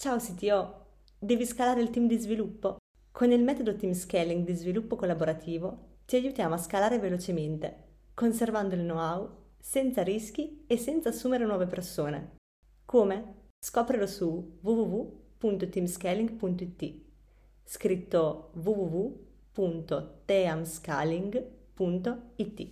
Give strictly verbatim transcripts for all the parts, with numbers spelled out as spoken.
Ciao C T O, devi scalare il team di sviluppo? Con il metodo Team Scaling di sviluppo collaborativo ti aiutiamo a scalare velocemente, conservando il know-how, senza rischi e senza assumere nuove persone. Come? Scoprilo su w w w punto teamscaling punto i t, scritto w w w punto teamscaling punto i t.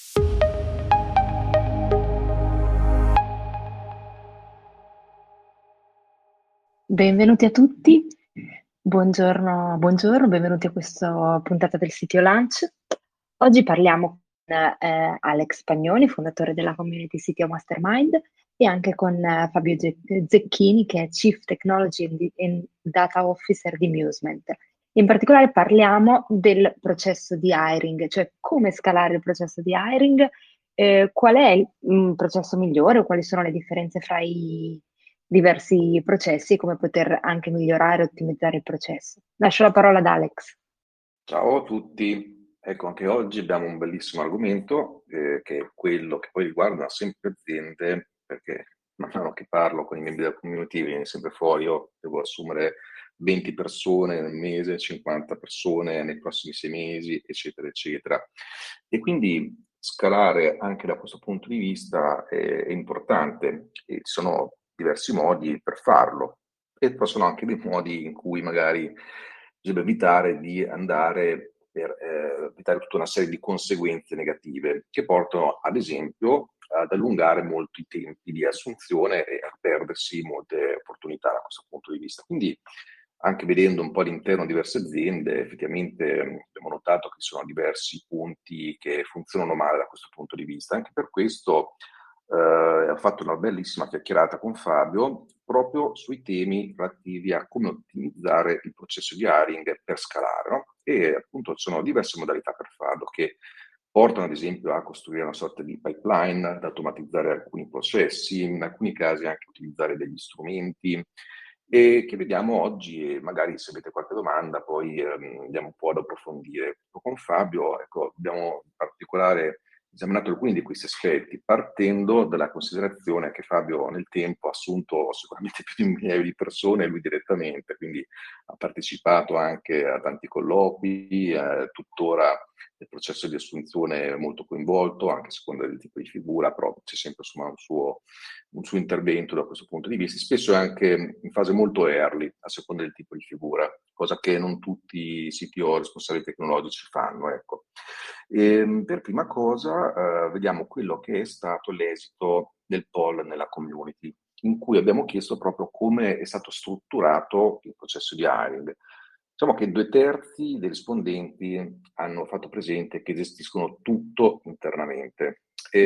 Benvenuti a tutti, buongiorno, buongiorno, benvenuti a questa puntata del sito Lunch. Oggi parliamo con eh, Alex Pagnoni, fondatore della community C T O Mastermind, e anche con eh, Fabio Ge- Zecchini, che è Chief Technology and and Data Officer di Musement. In particolare parliamo del processo di hiring, cioè come scalare il processo di hiring, eh, qual è il mm, processo migliore o quali sono le differenze fra i diversi processi e come poter anche migliorare e ottimizzare il processo. Lascio la parola ad Alex. Ciao a tutti, ecco anche oggi abbiamo un bellissimo argomento eh, che è quello che poi riguarda sempre aziende, perché man mano che parlo con i membri della community viene sempre fuori, io devo assumere venti persone nel mese, cinquanta persone nei prossimi sei mesi, eccetera, eccetera. E quindi scalare anche da questo punto di vista è, è importante e ci sono diversi modi per farlo e poi sono anche dei modi in cui magari bisogna evitare di andare per eh, evitare tutta una serie di conseguenze negative che portano ad esempio ad allungare molto i tempi di assunzione e a perdersi molte opportunità da questo punto di vista. Quindi anche vedendo un po' all'interno di diverse aziende, effettivamente abbiamo notato che ci sono diversi punti che funzionano male da questo punto di vista. Anche per questo eh, ho fatto una bellissima chiacchierata con Fabio proprio sui temi relativi a come ottimizzare il processo di hiring per scalare, no? E appunto ci sono diverse modalità per farlo che portano ad esempio a costruire una sorta di pipeline, ad automatizzare alcuni processi, in alcuni casi anche utilizzare degli strumenti e che vediamo oggi e magari se avete qualche domanda poi ehm, andiamo un po' ad approfondire. Con Fabio, ecco, abbiamo in particolare esaminato alcuni di questi aspetti, partendo dalla considerazione che Fabio nel tempo ha assunto sicuramente più di un migliaio di persone, lui direttamente, quindi ha partecipato anche a tanti colloqui, eh, tuttora nel processo di assunzione è molto coinvolto, anche a seconda del tipo di figura, però c'è sempre insomma, un, suo, un suo intervento da questo punto di vista, spesso è anche in fase molto early, a seconda del tipo di figura, cosa che non tutti i C T O responsabili tecnologici fanno. Ecco. E, per prima cosa eh, vediamo quello che è stato l'esito del poll nella community, in cui abbiamo chiesto proprio come è stato strutturato il processo di hiring. Diciamo che due terzi dei rispondenti hanno fatto presente che gestiscono tutto internamente.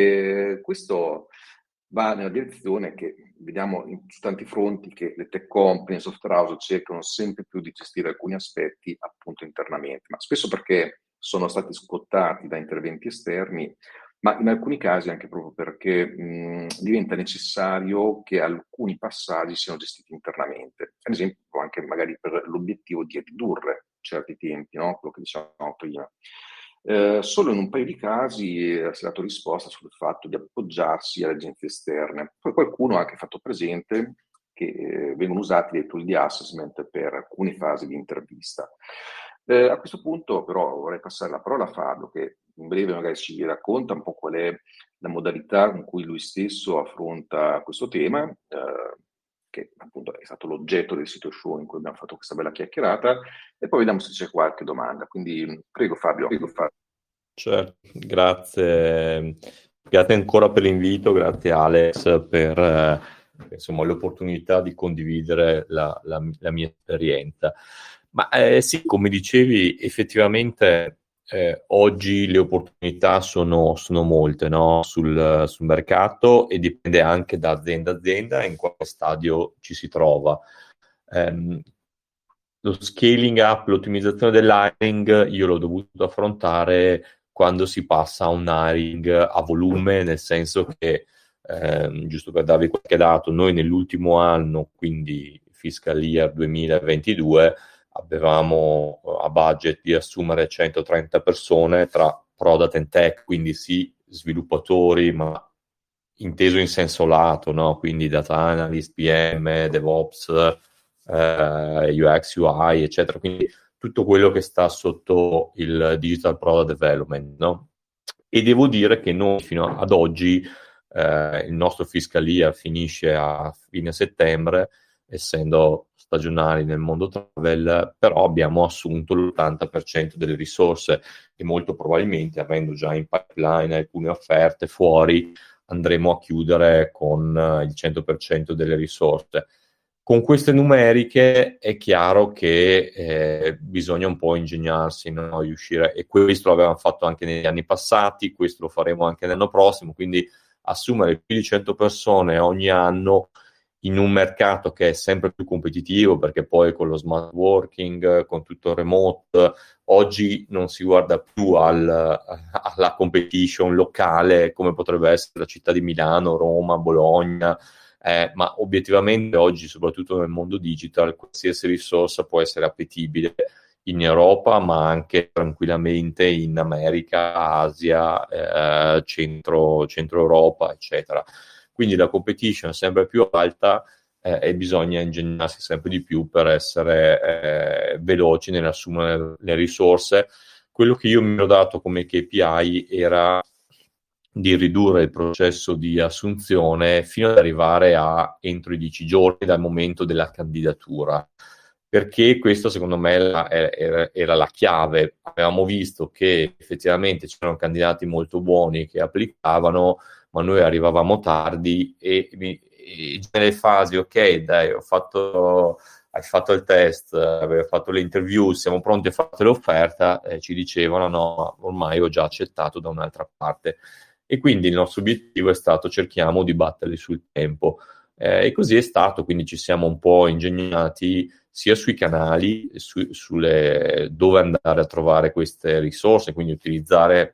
E questo va nella direzione che vediamo in, su tanti fronti che le tech company, i software house cercano sempre più di gestire alcuni aspetti appunto internamente, ma spesso perché sono stati scottati da interventi esterni, ma in alcuni casi anche proprio perché mh, diventa necessario che alcuni passaggi siano gestiti internamente, ad esempio anche magari per l'obiettivo di ridurre certi tempi, no? Quello che dicevamo prima. Eh, solo in un paio di casi eh, si è dato risposta sul fatto di appoggiarsi alle agenzie esterne. Poi qualcuno ha anche fatto presente che eh, vengono usati dei tool di assessment per alcune fasi di intervista. Eh, a questo punto però vorrei passare la parola a Fabio, che in breve magari ci racconta un po' qual è la modalità con cui lui stesso affronta questo tema, eh, che appunto è stato l'oggetto del sito show in cui abbiamo fatto questa bella chiacchierata, e poi vediamo se c'è qualche domanda. Quindi prego Fabio. Prego, Fabio. Certo, grazie, grazie ancora per l'invito, grazie Alex per eh, insomma, l'opportunità di condividere la, la, la mia esperienza. Ma eh, sì, come dicevi, effettivamente eh, oggi le opportunità sono, sono molte, no? sul, sul mercato, e dipende anche da azienda a azienda in quale stadio ci si trova. Um, lo scaling up, l'ottimizzazione dell'hiring, io l'ho dovuto affrontare quando si passa a un hiring a volume, nel senso che, ehm, giusto per darvi qualche dato, noi nell'ultimo anno, quindi fiscal year duemilaventidue, avevamo a budget di assumere centotrenta persone tra product and tech, quindi sì, sviluppatori, ma inteso in senso lato, no? Quindi data analyst, P M, DevOps, eh, U X, U I, eccetera. Quindi tutto quello che sta sotto il digital product development, no? E devo dire che noi fino ad oggi eh, il nostro fiscal year finisce a fine settembre, essendo stagionali nel mondo travel, però abbiamo assunto l'ottanta per cento delle risorse e molto probabilmente, avendo già in pipeline alcune offerte fuori, andremo a chiudere con il cento per cento delle risorse. Con queste numeriche è chiaro che eh, bisogna un po' ingegnarsi, no? Riuscire, e questo l'avevamo fatto anche negli anni passati, questo lo faremo anche l'anno prossimo, quindi assumere più di cento persone ogni anno in un mercato che è sempre più competitivo, perché poi con lo smart working, con tutto il remote, oggi non si guarda più al, alla competition locale come potrebbe essere la città di Milano, Roma, Bologna, eh, ma obiettivamente oggi, soprattutto nel mondo digital, qualsiasi risorsa può essere appetibile in Europa, ma anche tranquillamente in America, Asia, eh, centro, centro Europa, eccetera. Quindi la competition è sempre più alta eh, e bisogna ingegnarsi sempre di più per essere eh, veloci nell'assumere le risorse. Quello che io mi ero dato come K P I era di ridurre il processo di assunzione fino ad arrivare a entro i dieci giorni dal momento della candidatura, perché questo secondo me era, era la chiave. Avevamo visto che effettivamente c'erano candidati molto buoni che applicavano, ma noi arrivavamo tardi e, e nelle fasi, ok, dai, ho fatto, hai fatto il test, avevo fatto le interview, siamo pronti a fare l'offerta, eh, ci dicevano no, ormai ho già accettato da un'altra parte. E quindi il nostro obiettivo è stato cerchiamo di batterli sul tempo. Eh, e così è stato, quindi ci siamo un po' ingegnati sia sui canali, su, sulle, dove andare a trovare queste risorse, quindi utilizzare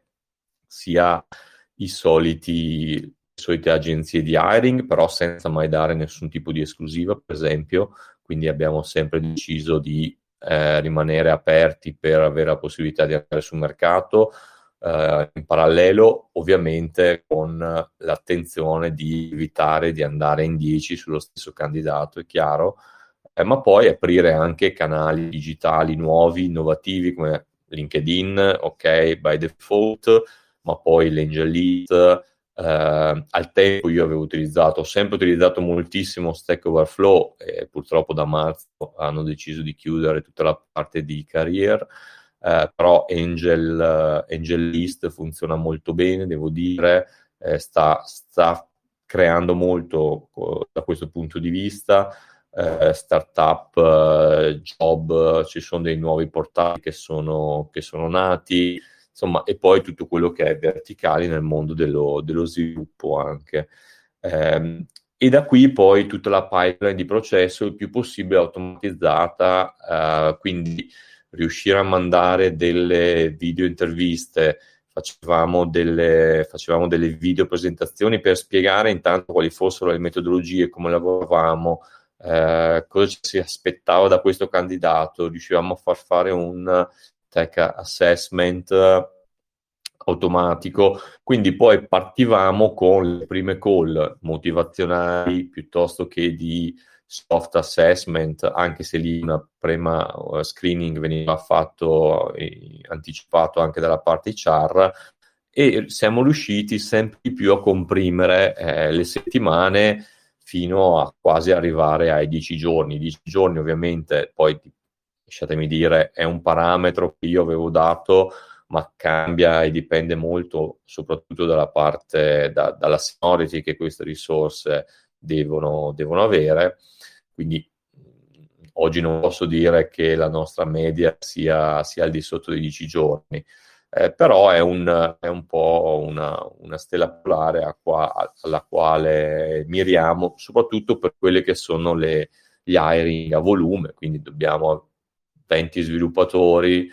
sia i soliti, le solite agenzie di hiring, però senza mai dare nessun tipo di esclusiva, per esempio. Quindi abbiamo sempre deciso di eh, rimanere aperti per avere la possibilità di andare sul mercato, Uh, in parallelo ovviamente con l'attenzione di evitare di andare in dieci sullo stesso candidato, è chiaro, eh, ma poi aprire anche canali digitali nuovi, innovativi come LinkedIn, ok, by default, ma poi l'Angel List. Uh, al tempo io avevo utilizzato, ho sempre utilizzato moltissimo Stack Overflow e purtroppo da marzo hanno deciso di chiudere tutta la parte di career. Uh, però Angel, uh, Angel List funziona molto bene, devo dire, eh, sta, sta creando molto uh, da questo punto di vista, uh, startup, uh, job, ci sono dei nuovi portali che sono, che sono nati, insomma, e poi tutto quello che è verticale nel mondo dello, dello sviluppo anche. Um, e da qui poi tutta la pipeline di processo il più possibile automatizzata, uh, quindi riuscire a mandare delle video interviste, facevamo delle, facevamo delle video presentazioni per spiegare intanto quali fossero le metodologie, come lavoravamo, eh, cosa ci si aspettava da questo candidato, riuscivamo a far fare un tech assessment automatico, quindi poi partivamo con le prime call motivazionali piuttosto che di soft assessment, anche se lì una prima uh, screening veniva fatto e anticipato anche dalla parte H R, e siamo riusciti sempre di più a comprimere eh, le settimane fino a quasi arrivare ai dieci giorni. dieci giorni ovviamente, poi lasciatemi dire, è un parametro che io avevo dato, ma cambia e dipende molto soprattutto dalla parte, da, dalla seniority che queste risorse devono, devono avere. Quindi oggi non posso dire che la nostra media sia, sia al di sotto dei dieci giorni, eh, però è un, è un po' una, una stella polare a qua, alla quale miriamo, soprattutto per quelle che sono le, gli hiring a volume, quindi dobbiamo venti sviluppatori,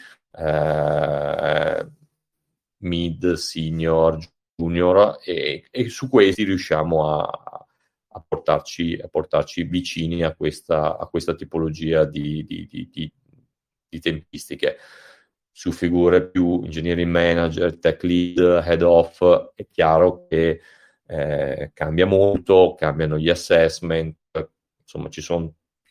eh, mid, senior, junior, e, e su questi riusciamo a A portarci, a portarci vicini a questa, a questa tipologia di, di, di, di, di tempistiche. Su figure più engineering manager, tech lead, head off, è chiaro che eh, cambia molto, cambiano gli assessment, insomma ci sono più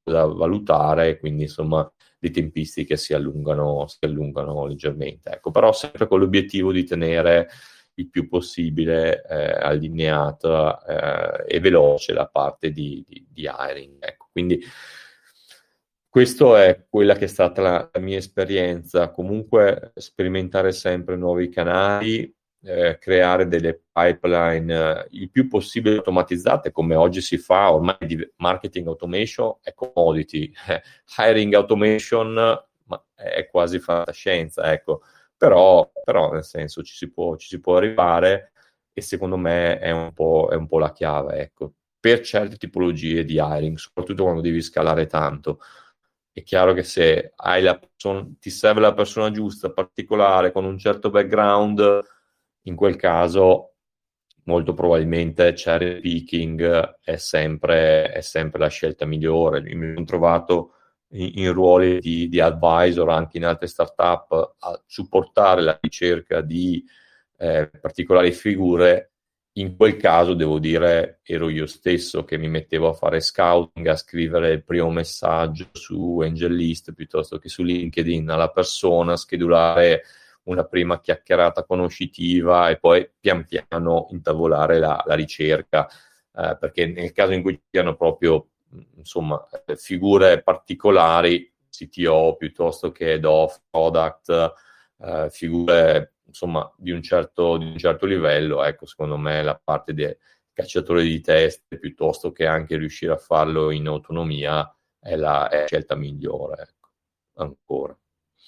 da valutare, quindi insomma le tempistiche si allungano, si allungano leggermente. Ecco, però sempre con l'obiettivo di tenere il più possibile eh, allineata eh, e veloce la parte di, di, di hiring. Ecco, quindi questa è quella che è stata la, la mia esperienza. Comunque sperimentare sempre nuovi canali, eh, creare delle pipeline eh, il più possibile automatizzate, come oggi si fa. Ormai di marketing automation è commodity, hiring automation ma è quasi fantascienza, ecco. Però, però nel senso ci si può, ci si può arrivare, e secondo me è un po', è un po' la chiave, ecco, per certe tipologie di hiring, soprattutto quando devi scalare tanto. È chiaro che se hai la persona, ti serve la persona giusta, particolare, con un certo background, in quel caso molto probabilmente cherry picking è sempre, è sempre la scelta migliore. Mi sono trovato in, in ruoli di, di advisor anche in altre startup a supportare la ricerca di eh, particolari figure. In quel caso devo dire ero io stesso che mi mettevo a fare scouting, a scrivere il primo messaggio su AngelList piuttosto che su LinkedIn alla persona, schedulare una prima chiacchierata conoscitiva e poi pian piano intavolare la, la ricerca, eh, perché nel caso in cui ci siano proprio insomma figure particolari, C T O piuttosto che head of product, eh, figure insomma di un certo di un certo livello, ecco, secondo me la parte del cacciatore di teste piuttosto che anche riuscire a farlo in autonomia è la, è la scelta migliore, ecco, ancora.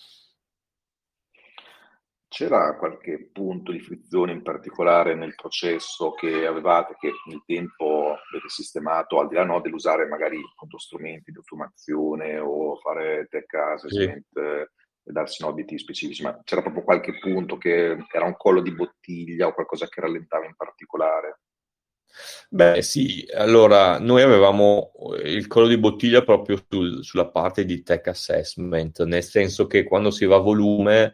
C'era qualche punto di frizione in particolare nel processo che avevate, che nel tempo avete sistemato, al di là no, dell'usare magari appunto strumenti di automazione o fare tech assessment, sì, e darsi no, obiettivi specifici, ma c'era proprio qualche punto che era un collo di bottiglia o qualcosa che rallentava in particolare? Beh sì, allora noi avevamo il collo di bottiglia proprio sul, sulla parte di tech assessment, nel senso che quando si va a volume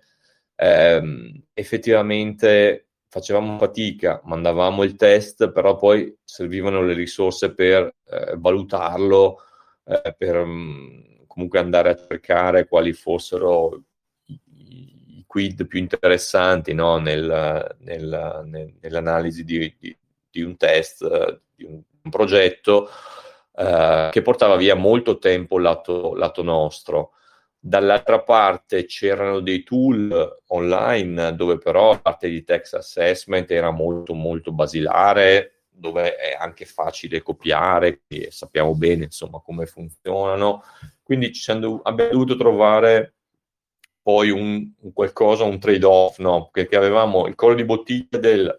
ehm, effettivamente facevamo fatica, mandavamo il test, però poi servivano le risorse per eh, valutarlo, eh, per mh, comunque andare a cercare quali fossero i, i quid più interessanti, no? nel, nel, nel, nell'analisi di, di di un test, di un, un progetto, eh, che portava via molto tempo lato, lato nostro. Dall'altra parte c'erano dei tool online dove però la parte di text assessment era molto molto basilare, dove è anche facile copiare, e sappiamo bene insomma come funzionano, quindi ci siamo, abbiamo dovuto trovare poi un, un qualcosa, un trade-off, no? Perché avevamo il collo di bottiglia del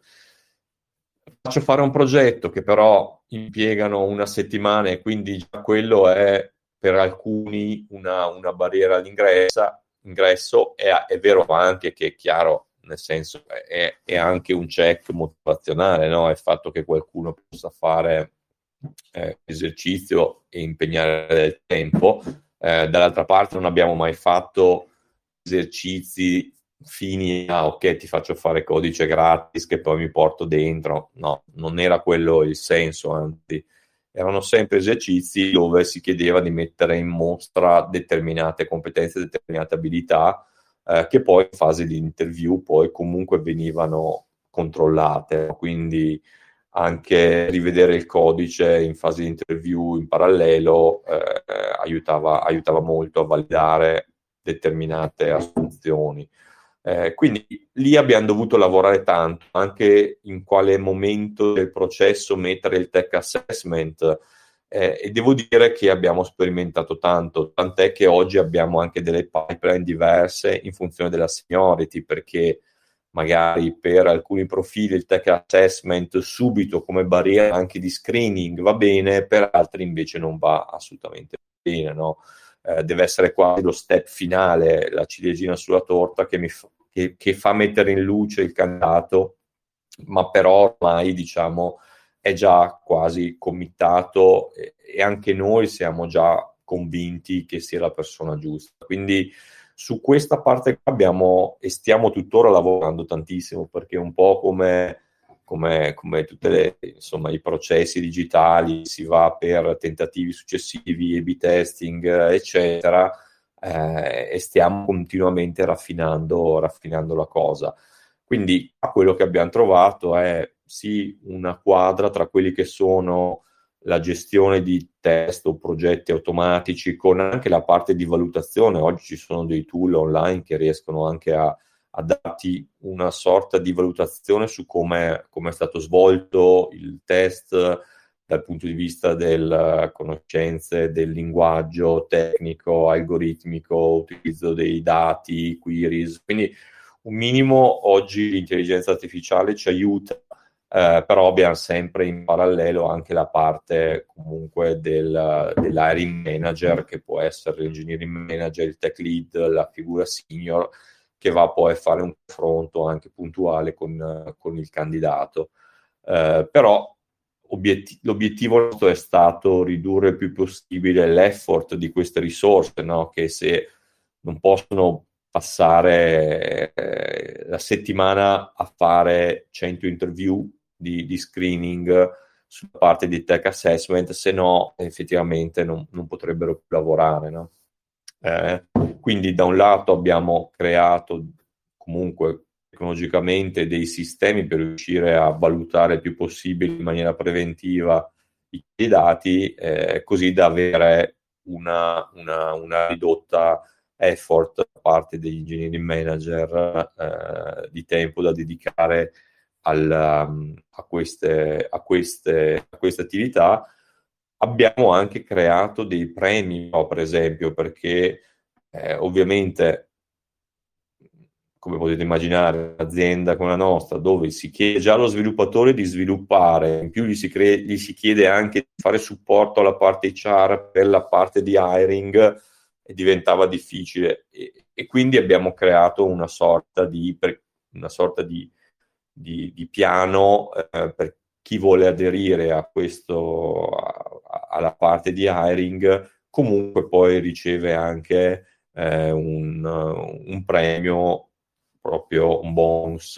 faccio fare un progetto che però impiegano una settimana e quindi già quello è per alcuni una, una barriera all'ingresso. Ingresso è, è vero anche che è chiaro, nel senso è, è anche un check motivazionale, no? Il fatto che qualcuno possa fare eh, esercizio e impegnare del tempo. Eh, dall'altra parte non abbiamo mai fatto esercizi fini a ok ti faccio fare codice gratis che poi mi porto dentro, no, non era quello il senso, anzi erano sempre esercizi dove si chiedeva di mettere in mostra determinate competenze, determinate abilità eh, che poi in fase di interview poi comunque venivano controllate, quindi anche rivedere il codice in fase di interview in parallelo eh, aiutava, aiutava molto a validare determinate assunzioni. Eh, quindi lì abbiamo dovuto lavorare tanto, anche in quale momento del processo mettere il tech assessment, eh, e devo dire che abbiamo sperimentato tanto, tant'è che oggi abbiamo anche delle pipeline diverse in funzione della seniority, perché magari per alcuni profili il tech assessment subito come barriera anche di screening va bene, per altri invece non va assolutamente bene, no? Eh, deve essere quasi lo step finale, la ciliegina sulla torta che, mi fa, che, che fa mettere in luce il candidato, ma però ormai diciamo è già quasi committato e, e anche noi siamo già convinti che sia la persona giusta. Quindi su questa parte abbiamo e stiamo tuttora lavorando tantissimo, perché un po' come come, come tutte le, insomma, i processi digitali, si va per tentativi successivi, A B testing, eccetera, eh, e stiamo continuamente raffinando, raffinando la cosa. Quindi quello che abbiamo trovato è sì una quadra tra quelli che sono la gestione di test o progetti automatici, con anche la parte di valutazione. Oggi ci sono dei tool online che riescono anche a, a darti una sorta di valutazione su come è stato svolto il test dal punto di vista delle conoscenze del linguaggio tecnico, algoritmico, utilizzo dei dati, queries. Quindi un minimo oggi l'intelligenza artificiale ci aiuta. Eh, però abbiamo sempre in parallelo anche la parte comunque del, dell'hiring manager, che può essere l'engineering manager, il tech lead, la figura senior, che va poi a fare un confronto anche puntuale con, con il candidato. Eh, però obiet- l'obiettivo nostro è stato ridurre il più possibile l'effort di queste risorse, no? Che se non possono passare eh, la settimana a fare cento interview Di, di screening sulla parte di tech assessment, se no effettivamente non, non potrebbero più lavorare, no? Eh, quindi da un lato abbiamo creato comunque tecnologicamente dei sistemi per riuscire a valutare il più possibile in maniera preventiva i dati, eh, così da avere una, una, una ridotta effort da parte degli engineering manager eh, di tempo da dedicare Al, a, queste, a, queste, a queste attività. Abbiamo anche creato dei premi, no, per esempio, perché eh, ovviamente, come potete immaginare, un'azienda come la nostra, dove si chiede già allo sviluppatore di sviluppare, in più gli si, cre- gli si chiede anche di fare supporto alla parte H R per la parte di hiring, e diventava difficile. E, e quindi abbiamo creato una sorta di, una sorta di Di, di piano eh, per chi vuole aderire a questo, a, alla parte di hiring, comunque poi riceve anche eh, un, un premio, proprio un bonus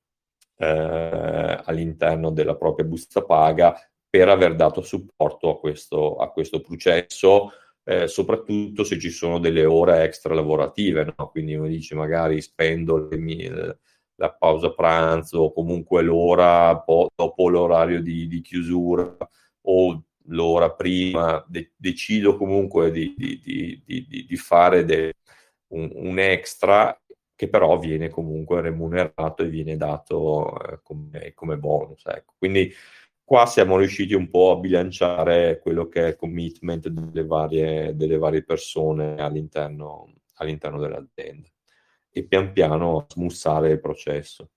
eh, all'interno della propria busta paga per aver dato supporto a questo, a questo processo, eh, soprattutto se ci sono delle ore extra lavorative, no? Quindi uno dice magari spendo le mie la pausa pranzo o comunque l'ora po- dopo l'orario di, di chiusura o l'ora prima, de- decido comunque di, di, di, di, di fare de- un, un extra che però viene comunque remunerato e viene dato eh, come, come bonus. Ecco. Quindi qua siamo riusciti un po' a bilanciare quello che è il commitment delle varie, delle varie persone all'interno, all'interno dell'azienda e pian piano smussare il processo.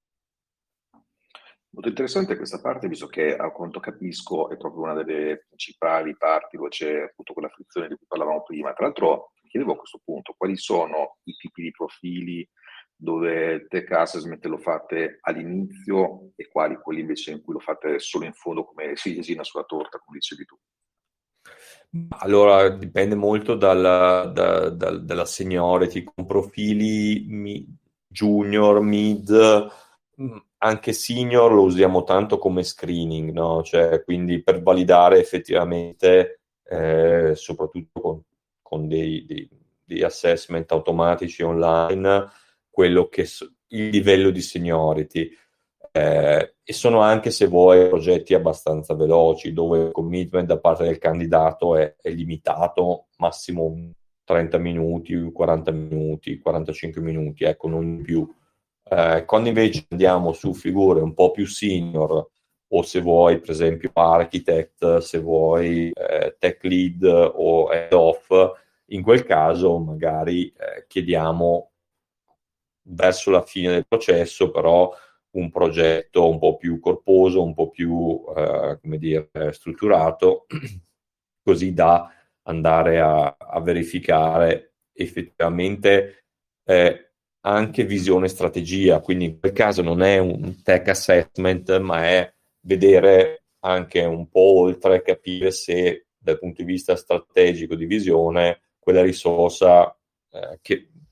Molto interessante questa parte, visto che a quanto capisco è proprio una delle principali parti dove c'è appunto quella frizione di cui parlavamo prima. Tra l'altro mi chiedevo a questo punto quali sono i tipi di profili dove il tech assessment lo fate all'inizio e quali quelli invece in cui lo fate solo in fondo come ciliegina sulla torta, come dicevi tu. Allora, dipende molto dalla, da, da, dalla seniority, con profili mi, junior, mid, anche senior lo usiamo tanto come screening, no? Cioè, quindi per validare effettivamente, eh, soprattutto con, con dei, dei, dei assessment automatici online, quello che il livello di seniority. Eh, e sono anche, se vuoi, progetti abbastanza veloci dove il commitment da parte del candidato è, è limitato, massimo trenta minuti, quaranta minuti, quarantacinque minuti, ecco, non più. Eh, quando invece andiamo su figure un po' più senior, o se vuoi per esempio architect, se vuoi eh, tech lead o head off, in quel caso magari eh, chiediamo verso la fine del processo però un progetto un po' più corposo, un po' più, eh, come dire, strutturato, così da andare a, a verificare effettivamente eh, anche visione e strategia. Quindi in quel caso non è un tech assessment, ma è vedere anche un po' oltre, capire se dal punto di vista strategico di visione quella risorsa eh, che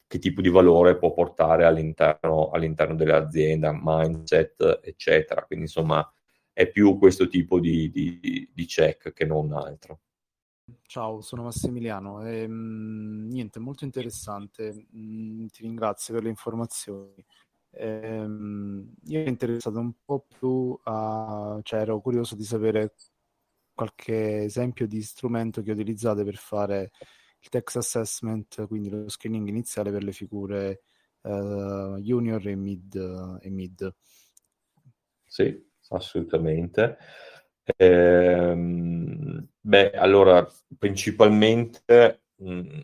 che tipo di valore può portare all'interno, all'interno dell'azienda, mindset, eccetera. Quindi insomma è più questo tipo di, di, di check che non altro. Ciao, sono Massimiliano. Ehm, niente, molto interessante. Mm, ti ringrazio per le informazioni. Ehm, io ero interessato un po' più a, cioè ero curioso di sapere qualche esempio di strumento che utilizzate per fare il text assessment, quindi lo screening iniziale per le figure uh, junior e mid, uh, e mid. Sì, assolutamente. Ehm, beh, allora, principalmente mh,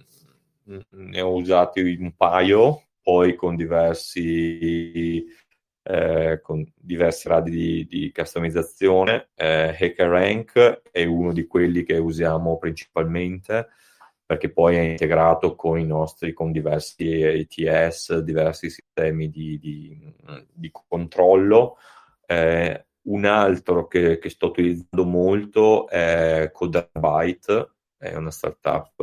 ne ho usati un paio, poi con diversi, eh, con diversi gradi di, di customizzazione. Eh, HackerRank è uno di quelli che usiamo principalmente, perché poi è integrato con i nostri, con diversi A T S, diversi sistemi di, di, di controllo. Eh, un altro che, che sto utilizzando molto è Coderbyte, è una startup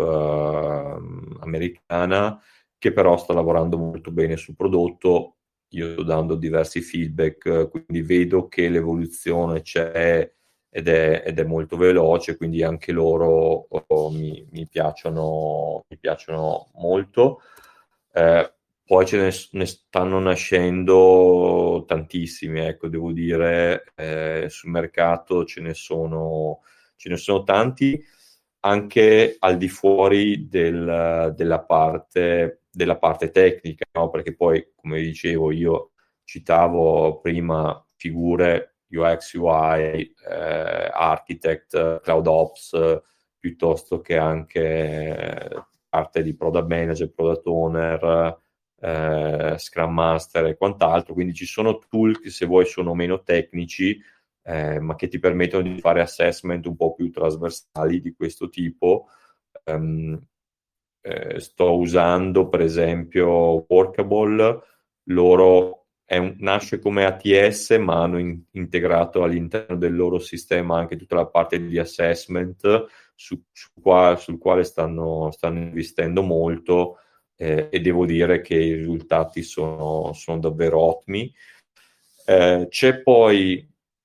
uh, americana che però sta lavorando molto bene sul prodotto. Io sto dando diversi feedback, quindi vedo che l'evoluzione c'è ed è, ed è molto veloce, quindi anche loro oh, mi, mi, piacciono, mi piacciono molto. Eh, poi ce ne, ne stanno nascendo tantissimi, ecco, devo dire, eh, sul mercato ce ne sono, ce ne sono tanti, anche al di fuori del, della, parte, della parte tecnica, no? Perché poi, come dicevo, io citavo prima figure U X, U I, eh, architect, cloud ops, piuttosto che anche parte di product manager, product owner, eh, Scrum Master e quant'altro. Quindi ci sono tool che, se vuoi, sono meno tecnici, eh, ma che ti permettono di fare assessment un po' più trasversali di questo tipo. Um, eh, sto usando per esempio Workable. Loro è un, nasce come A T S, ma hanno in, integrato all'interno del loro sistema anche tutta la parte di assessment su, su qua, sul quale stanno, stanno investendo molto, eh, e devo dire che i risultati sono, sono davvero ottimi. Eh, c'è poi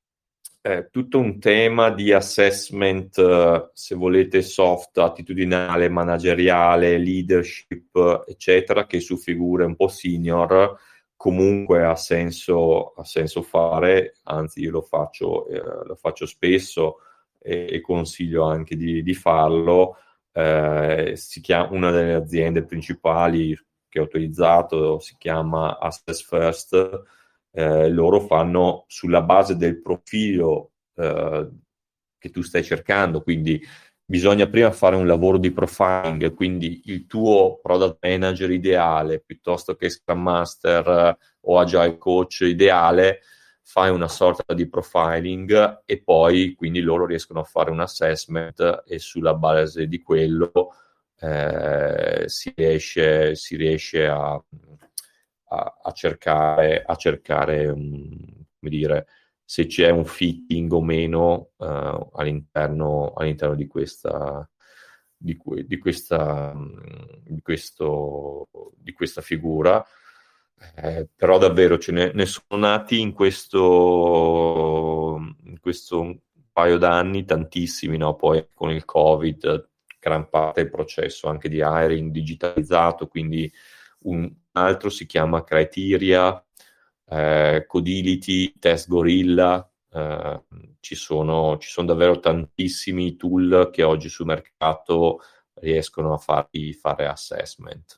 eh, tutto un tema di assessment, eh, se volete, soft, attitudinale, manageriale, leadership, eccetera, che su figure un po' senior comunque ha senso, ha senso fare, anzi io lo faccio, eh, lo faccio spesso e, e consiglio anche di, di farlo. Eh, si chiama, una delle aziende principali che ho utilizzato si chiama Assess First. Eh, loro fanno sulla base del profilo eh, che tu stai cercando, quindi bisogna prima fare un lavoro di profiling, quindi il tuo product manager ideale piuttosto che Scrum Master eh, o Agile Coach ideale, fai una sorta di profiling e poi quindi loro riescono a fare un assessment e sulla base di quello eh, si riesce, si riesce a, a, a cercare, a cercare um, come dire, se c'è un fitting o meno uh, all'interno, all'interno di questa di, que, di questa di questo di questa figura. Eh, però davvero ce ne, ne sono nati in questo in questo paio d'anni tantissimi, no? Poi con il Covid gran parte del processo anche di hiring digitalizzato, quindi un altro si chiama Criteria, eh, Codility, Test Gorilla. Eh, ci sono, ci sono davvero tantissimi tool che oggi sul mercato riescono a farti fare assessment.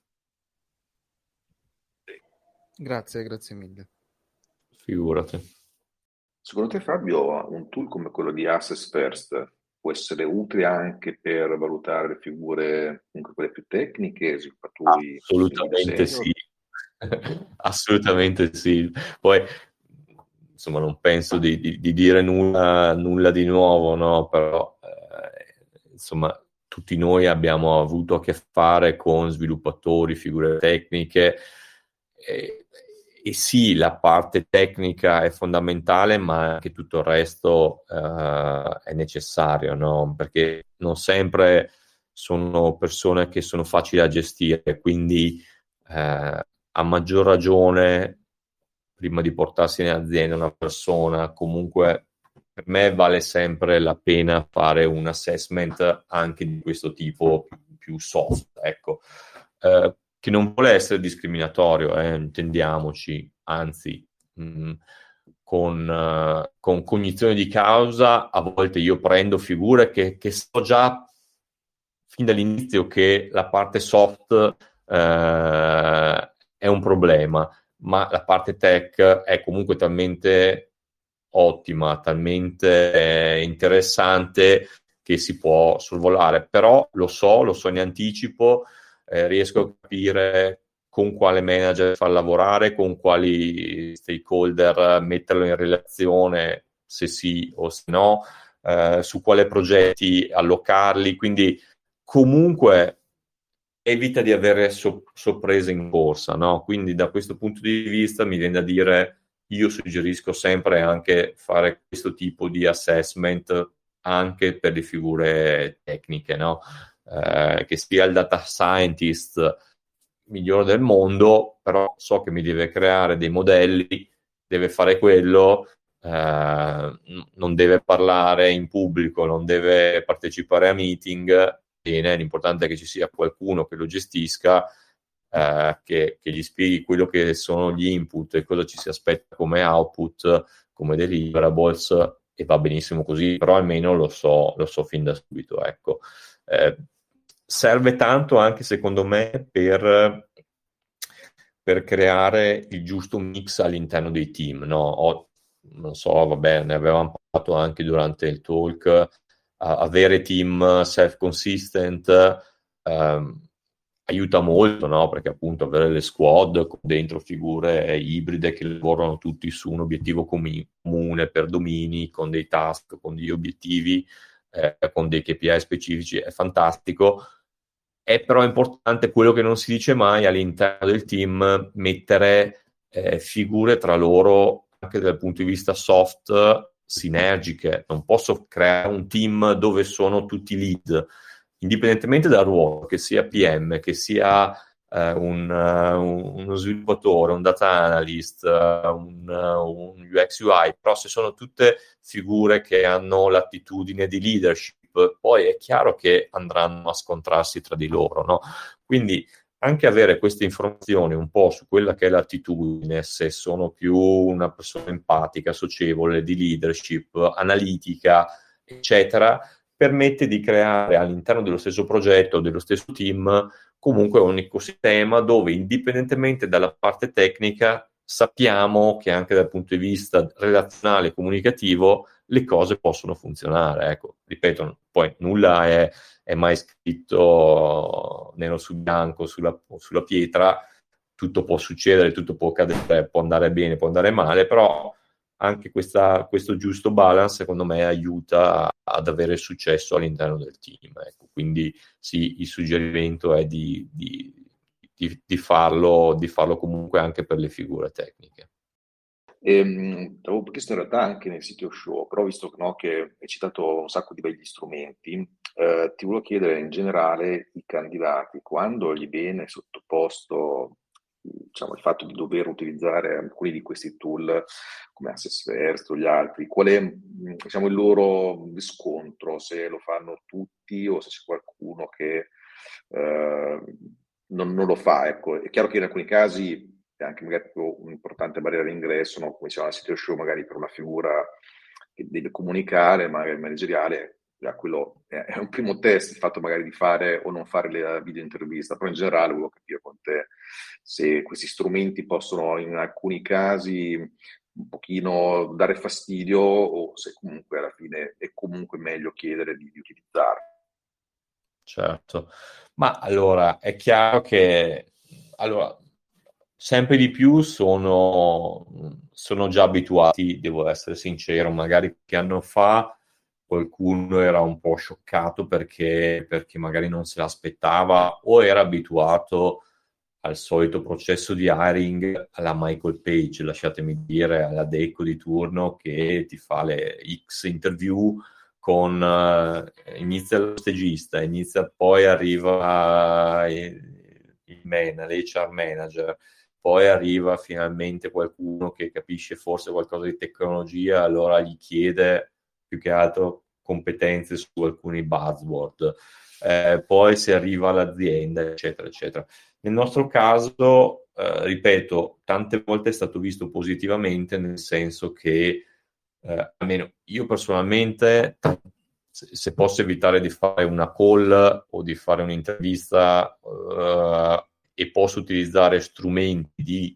Grazie, grazie mille. Figurati. Secondo te, Fabio, un tool come quello di Assess First può essere utile anche per valutare le figure, comunque quelle più tecniche, sviluppatori? Assolutamente sì. Assolutamente sì. Poi insomma non penso di, di, di dire nulla, nulla di nuovo, no? Però eh, insomma tutti noi abbiamo avuto a che fare con sviluppatori, figure tecniche, e, e sì, la parte tecnica è fondamentale, ma anche tutto il resto eh, è necessario, no? Perché non sempre sono persone che sono facili da gestire, quindi eh, a maggior ragione, prima di portarsi in azienda una persona, comunque per me vale sempre la pena fare un assessment anche di questo tipo più, più soft, ecco, eh, che non vuole essere discriminatorio, eh, intendiamoci, anzi, mh, con, uh, con cognizione di causa, a volte io prendo figure che, che so già fin dall'inizio che la parte soft eh, è un problema, ma la parte tech è comunque talmente ottima, talmente eh, interessante che si può sorvolare. Però lo so, lo so in anticipo, eh, riesco a capire con quale manager far lavorare, con quali stakeholder metterlo in relazione, se sì o se no, eh, su quale progetti allocarli, quindi comunque evita di avere so- sorprese in corsa, no? Quindi da questo punto di vista mi viene da dire, io suggerisco sempre anche fare questo tipo di assessment anche per le figure tecniche, no? Eh, che sia il data scientist migliore del mondo, però so che mi deve creare dei modelli, deve fare quello, eh, non deve parlare in pubblico, non deve partecipare a meeting. Bene, l'importante è che ci sia qualcuno che lo gestisca, eh, che, che gli spieghi quello che sono gli input e cosa ci si aspetta come output, come deliverables, e va benissimo così, però almeno lo so, lo so fin da subito, ecco. Eh, serve tanto anche secondo me per, per creare il giusto mix all'interno dei team, no? O, non so, vabbè, ne avevamo parlato anche durante il talk, avere team self-consistent ehm, aiuta molto, no? Perché appunto avere le squad con dentro figure ibride che lavorano tutti su un obiettivo comi- comune per domini, con dei task, con degli obiettivi, eh, con dei K P I specifici, è fantastico. È però importante quello che non si dice mai all'interno del team, mettere eh, figure tra loro anche dal punto di vista soft sinergiche. Non posso creare un team dove sono tutti lead, indipendentemente dal ruolo, che sia P M, che sia eh, un, uh, uno sviluppatore, un data analyst, uh, un, uh, un U X U I, però se sono tutte figure che hanno l'attitudine di leadership, poi è chiaro che andranno a scontrarsi tra di loro, no? Quindi anche avere queste informazioni un po' su quella che è l'attitudine, se sono più una persona empatica, socievole, di leadership, analitica, eccetera, permette di creare all'interno dello stesso progetto, dello stesso team, comunque un ecosistema dove, indipendentemente dalla parte tecnica, sappiamo che anche dal punto di vista relazionale e comunicativo le cose possono funzionare. Ecco, ripeto, poi nulla è, è mai scritto nero su bianco sulla, sulla pietra, tutto può succedere, tutto può accadere, può andare bene, può andare male, però anche questa, questo giusto balance secondo me aiuta ad avere successo all'interno del team. Ecco. Quindi sì, il suggerimento è di, di, di, di, farlo, di farlo comunque anche per le figure tecniche. Ehm, avevo chiesto in realtà anche nel sito show, però visto no, che hai citato un sacco di begli strumenti, eh, ti volevo chiedere in generale i candidati, quando gli viene sottoposto diciamo, il fatto di dover utilizzare alcuni di questi tool come Accessverse o gli altri, qual è diciamo, il loro riscontro, se lo fanno tutti o se c'è qualcuno che eh, non, non lo fa. Ecco. È chiaro che in alcuni casi è anche magari un'importante barriera d'ingresso, no? Come diceva il sito show, magari per una figura che deve comunicare, magari manageriale, già quello è un primo test, il fatto magari di fare o non fare la video intervista, però in generale volevo capire con te se questi strumenti possono in alcuni casi un pochino dare fastidio o se comunque alla fine è comunque meglio chiedere di, di utilizzarli. Certo, ma allora è chiaro che allora, sempre di più sono, sono già abituati, devo essere sincero, magari qualche anno fa qualcuno era un po' scioccato perché, perché magari non se l'aspettava o era abituato al solito processo di hiring alla Michael Page, lasciatemi dire, alla Deco di turno che ti fa le X interview con uh, inizia lo stagista, inizia poi arriva uh, il man, l'H R manager, poi arriva finalmente qualcuno che capisce forse qualcosa di tecnologia, allora gli chiede più che altro competenze su alcuni buzzword, eh, poi si arriva all'azienda, eccetera, eccetera. Nel nostro caso, eh, ripeto, tante volte è stato visto positivamente, nel senso che, eh, almeno io personalmente, se, se posso evitare di fare una call o di fare un'intervista eh, e posso utilizzare strumenti di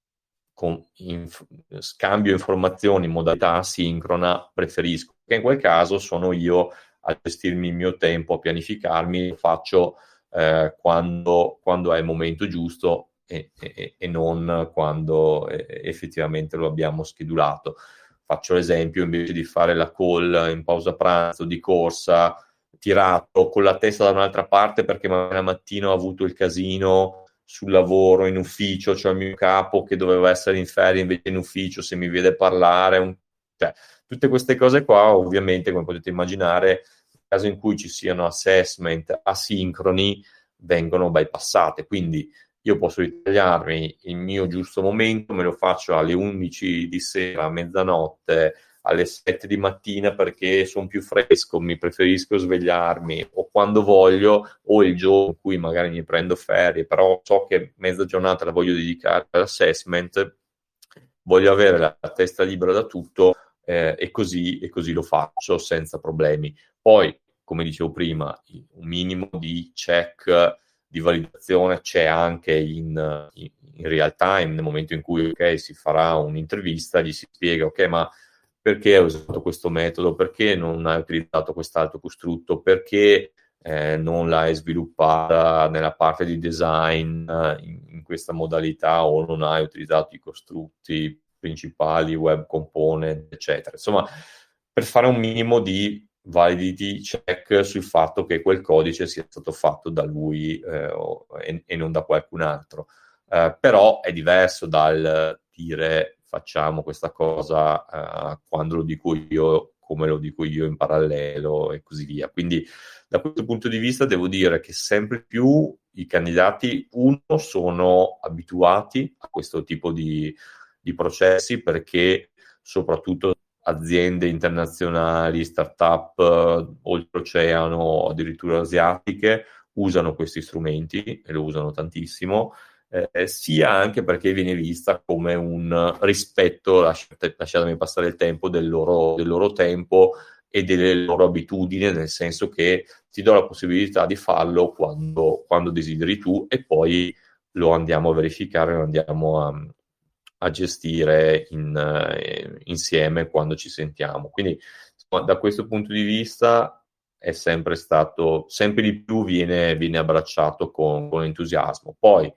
con inf- scambio informazioni in modalità asincrona, preferisco, che in quel caso sono io a gestirmi il mio tempo, a pianificarmi, lo faccio eh, quando, quando è il momento giusto e, e, e non quando eh, effettivamente lo abbiamo schedulato. Faccio l'esempio, invece di fare la call in pausa pranzo di corsa, tirato con la testa da un'altra parte perché la mattina ho avuto il casino sul lavoro, in ufficio, c'è cioè il mio capo che doveva essere in ferie invece in ufficio, se mi vede parlare, un... cioè, tutte queste cose qua, ovviamente, come potete immaginare, nel caso in cui ci siano assessment asincroni, vengono bypassate, quindi io posso ritagliarmi il mio giusto momento, me lo faccio alle undici di sera, a mezzanotte, alle sette di mattina perché sono più fresco, mi preferisco svegliarmi o quando voglio o il giorno in cui magari mi prendo ferie, però so che mezza giornata la voglio dedicare all'assessment, voglio avere la, la testa libera da tutto eh, e, così, e così lo faccio senza problemi. Poi, come dicevo prima, un minimo di check di validazione c'è anche in, in, in real time, nel momento in cui okay, si farà un'intervista, gli si spiega ok, ma perché hai usato questo metodo, perché non hai utilizzato quest'altro costrutto, perché eh, non l'hai sviluppata nella parte di design eh, in, in questa modalità o non hai utilizzato i costrutti principali, web component, eccetera. Insomma, per fare un minimo di validity check sul fatto che quel codice sia stato fatto da lui eh, o, e, e non da qualcun altro. Eh, però è diverso dal dire facciamo questa cosa uh, quando lo dico io, come lo dico io in parallelo e così via. Quindi da questo punto di vista devo dire che sempre più i candidati, uno, sono abituati a questo tipo di, di processi perché soprattutto aziende internazionali, start-up uh, oltreoceano, addirittura asiatiche, usano questi strumenti e lo usano tantissimo. Eh, sia anche perché viene vista come un rispetto, lasciate, lasciatemi passare il tempo, del loro, del loro tempo e delle loro abitudini, nel senso che ti do la possibilità di farlo quando, quando desideri tu e poi lo andiamo a verificare, lo andiamo a, a gestire in, eh, insieme quando ci sentiamo. Quindi insomma, da questo punto di vista è sempre stato, sempre di più viene, viene abbracciato con, con entusiasmo. Poi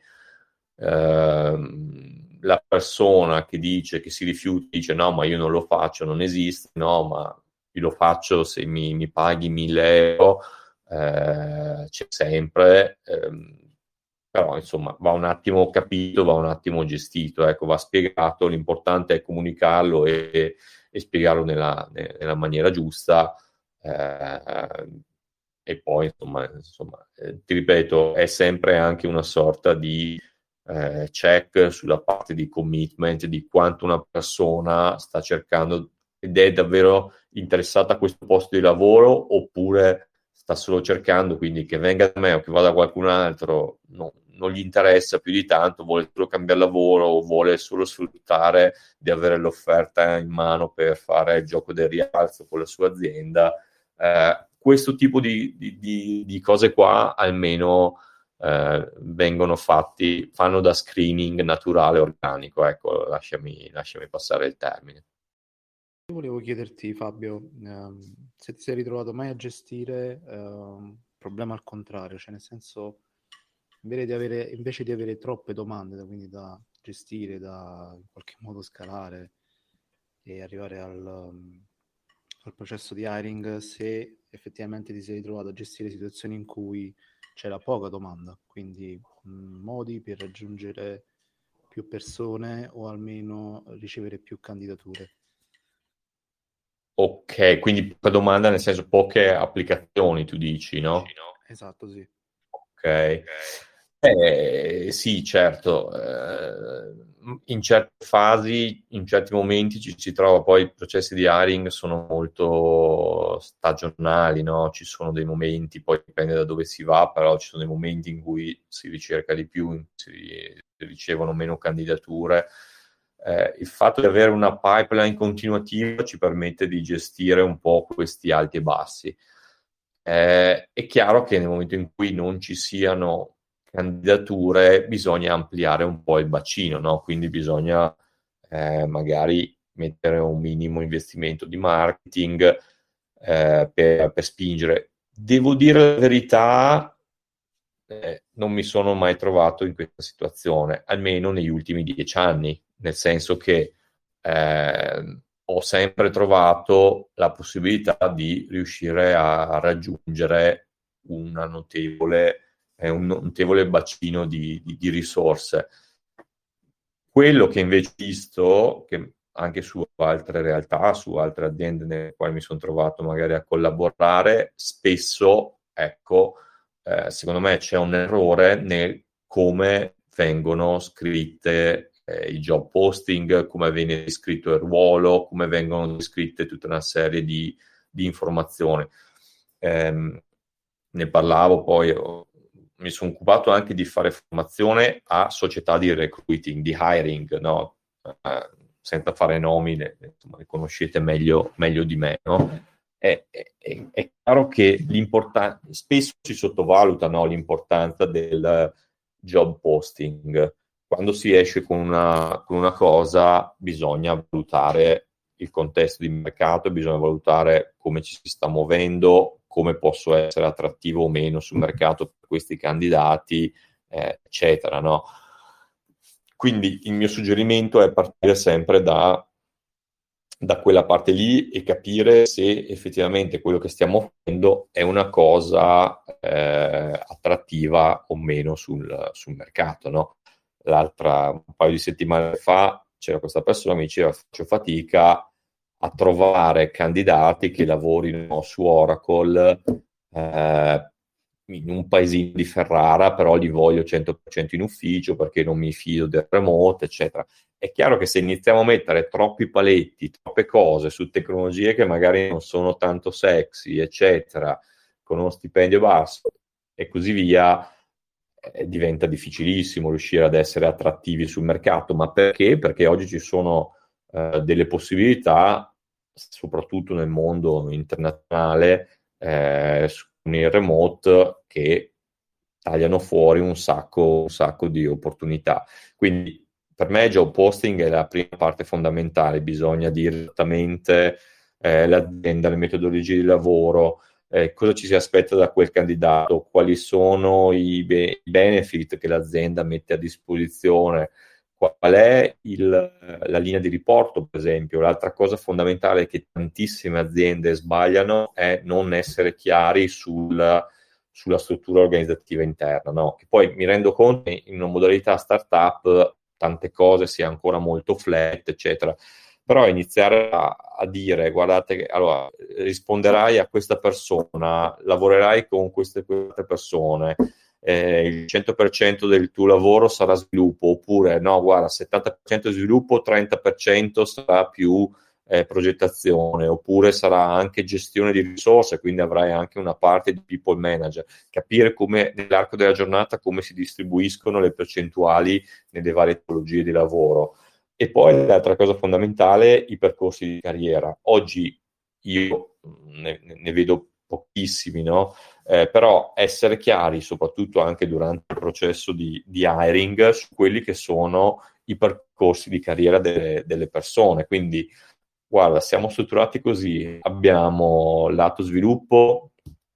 Ehm, la persona che dice, che si rifiuta, dice no ma io non lo faccio, non esiste, no ma io lo faccio se mi, mi paghi mille euro, eh, c'è sempre, ehm, però insomma va un attimo capito, va un attimo gestito, ecco, va spiegato, l'importante è comunicarlo e, e spiegarlo nella, nella maniera giusta, eh, e poi insomma, insomma eh, ti ripeto, è sempre anche una sorta di Eh, check sulla parte di commitment, di quanto una persona sta cercando ed è davvero interessata a questo posto di lavoro oppure sta solo cercando, quindi che venga da me o che vada da qualcun altro no, non gli interessa più di tanto, vuole solo cambiare lavoro o vuole solo sfruttare di avere l'offerta in mano per fare il gioco del rialzo con la sua azienda. Eh, questo tipo di, di, di, di cose qua almeno Eh, vengono fatti, fanno da screening naturale, organico, ecco, lasciami, lasciami passare il termine. Io volevo chiederti, Fabio, ehm, se ti sei ritrovato mai a gestire eh, un problema al contrario, cioè nel senso, invece di avere, invece di avere troppe domande, quindi da gestire, da in qualche modo scalare e arrivare al, um, al processo di hiring, se effettivamente ti sei ritrovato a gestire situazioni in cui c'era poca domanda, quindi mh, modi per raggiungere più persone o almeno ricevere più candidature. Ok, quindi poca domanda nel senso poche applicazioni, tu dici, no? Esatto, sì. Ok. Eh, sì, certo. Eh, in certe fasi, in certi momenti ci si trova, poi i processi di hiring sono molto stagionali, no? Ci sono dei momenti, poi dipende da dove si va, però ci sono dei momenti in cui si ricerca di più, si ricevono meno candidature. Eh, il fatto di avere una pipeline continuativa ci permette di gestire un po' questi alti e bassi. Eh, è chiaro che nel momento in cui non ci siano candidature bisogna ampliare un po' il bacino, no? Quindi bisogna eh, magari mettere un minimo investimento di marketing eh, per, per spingere. Devo dire la verità, eh, non mi sono mai trovato in questa situazione, almeno negli ultimi dieci anni, nel senso che eh, ho sempre trovato la possibilità di riuscire a raggiungere una notevole, eh, un notevole bacino di, di, di risorse. Quello che invece ho visto, che anche su altre realtà, su altre aziende nelle quali mi sono trovato magari a collaborare, spesso, ecco, eh, secondo me c'è un errore nel come vengono scritte eh, i job posting, come viene descritto il ruolo, come vengono descritte tutta una serie di, di informazioni. Eh, ne parlavo poi, ho, mi sono occupato anche di fare formazione a società di recruiting, di hiring, no? Eh, senza fare nomi, le, insomma, le conoscete meglio, meglio di me, no? È, è, è chiaro che l'importanza, spesso si sottovaluta, no, l'importanza del job posting. Quando si esce con una, con una cosa bisogna valutare il contesto di mercato, bisogna valutare come ci si sta muovendo, come posso essere attrattivo o meno sul mercato per questi candidati, eh, eccetera, no? Quindi il mio suggerimento è partire sempre da, da quella parte lì e capire se effettivamente quello che stiamo facendo è una cosa eh, attrattiva o meno sul, sul mercato, no? L'altra, un paio di settimane fa, c'era questa persona che mi diceva: faccio fatica a trovare candidati che lavorino su Oracle eh, in un paesino di Ferrara, però li voglio cento per cento in ufficio perché non mi fido del remoto, eccetera. È chiaro che se iniziamo a mettere troppi paletti, troppe cose su tecnologie che magari non sono tanto sexy, eccetera, con uno stipendio basso e così via, eh, diventa difficilissimo riuscire ad essere attrattivi sul mercato. Ma perché? Perché oggi ci sono eh, delle possibilità, soprattutto nel mondo internazionale, eh, con il remote, che tagliano fuori un sacco, un sacco di opportunità. Quindi per me job posting è la prima parte fondamentale, bisogna dire esattamente eh, l'azienda, le metodologie di lavoro, eh, cosa ci si aspetta da quel candidato, quali sono i, be- i benefit che l'azienda mette a disposizione, qual è il, la linea di riporto, per esempio. L'altra cosa fondamentale che tantissime aziende sbagliano è non essere chiari sul, sulla struttura organizzativa interna, no? Che poi mi rendo conto che in una modalità startup tante cose sia ancora molto flat, eccetera. Però iniziare a, a dire: guardate che allora risponderai a questa persona, lavorerai con queste, queste persone, eh, il cento per cento del tuo lavoro sarà sviluppo, oppure no, guarda, settanta per cento sviluppo, trenta per cento sarà più eh, progettazione, oppure sarà anche gestione di risorse, quindi avrai anche una parte di people manager. Capire come nell'arco della giornata come si distribuiscono le percentuali nelle varie tipologie di lavoro. E poi l'altra cosa fondamentale, i percorsi di carriera. Oggi io ne, ne vedo pochissimi, no? Eh, però essere chiari, soprattutto anche durante il processo di, di hiring, su quelli che sono i percorsi di carriera delle, delle persone. Quindi, guarda, siamo strutturati così: abbiamo lato sviluppo,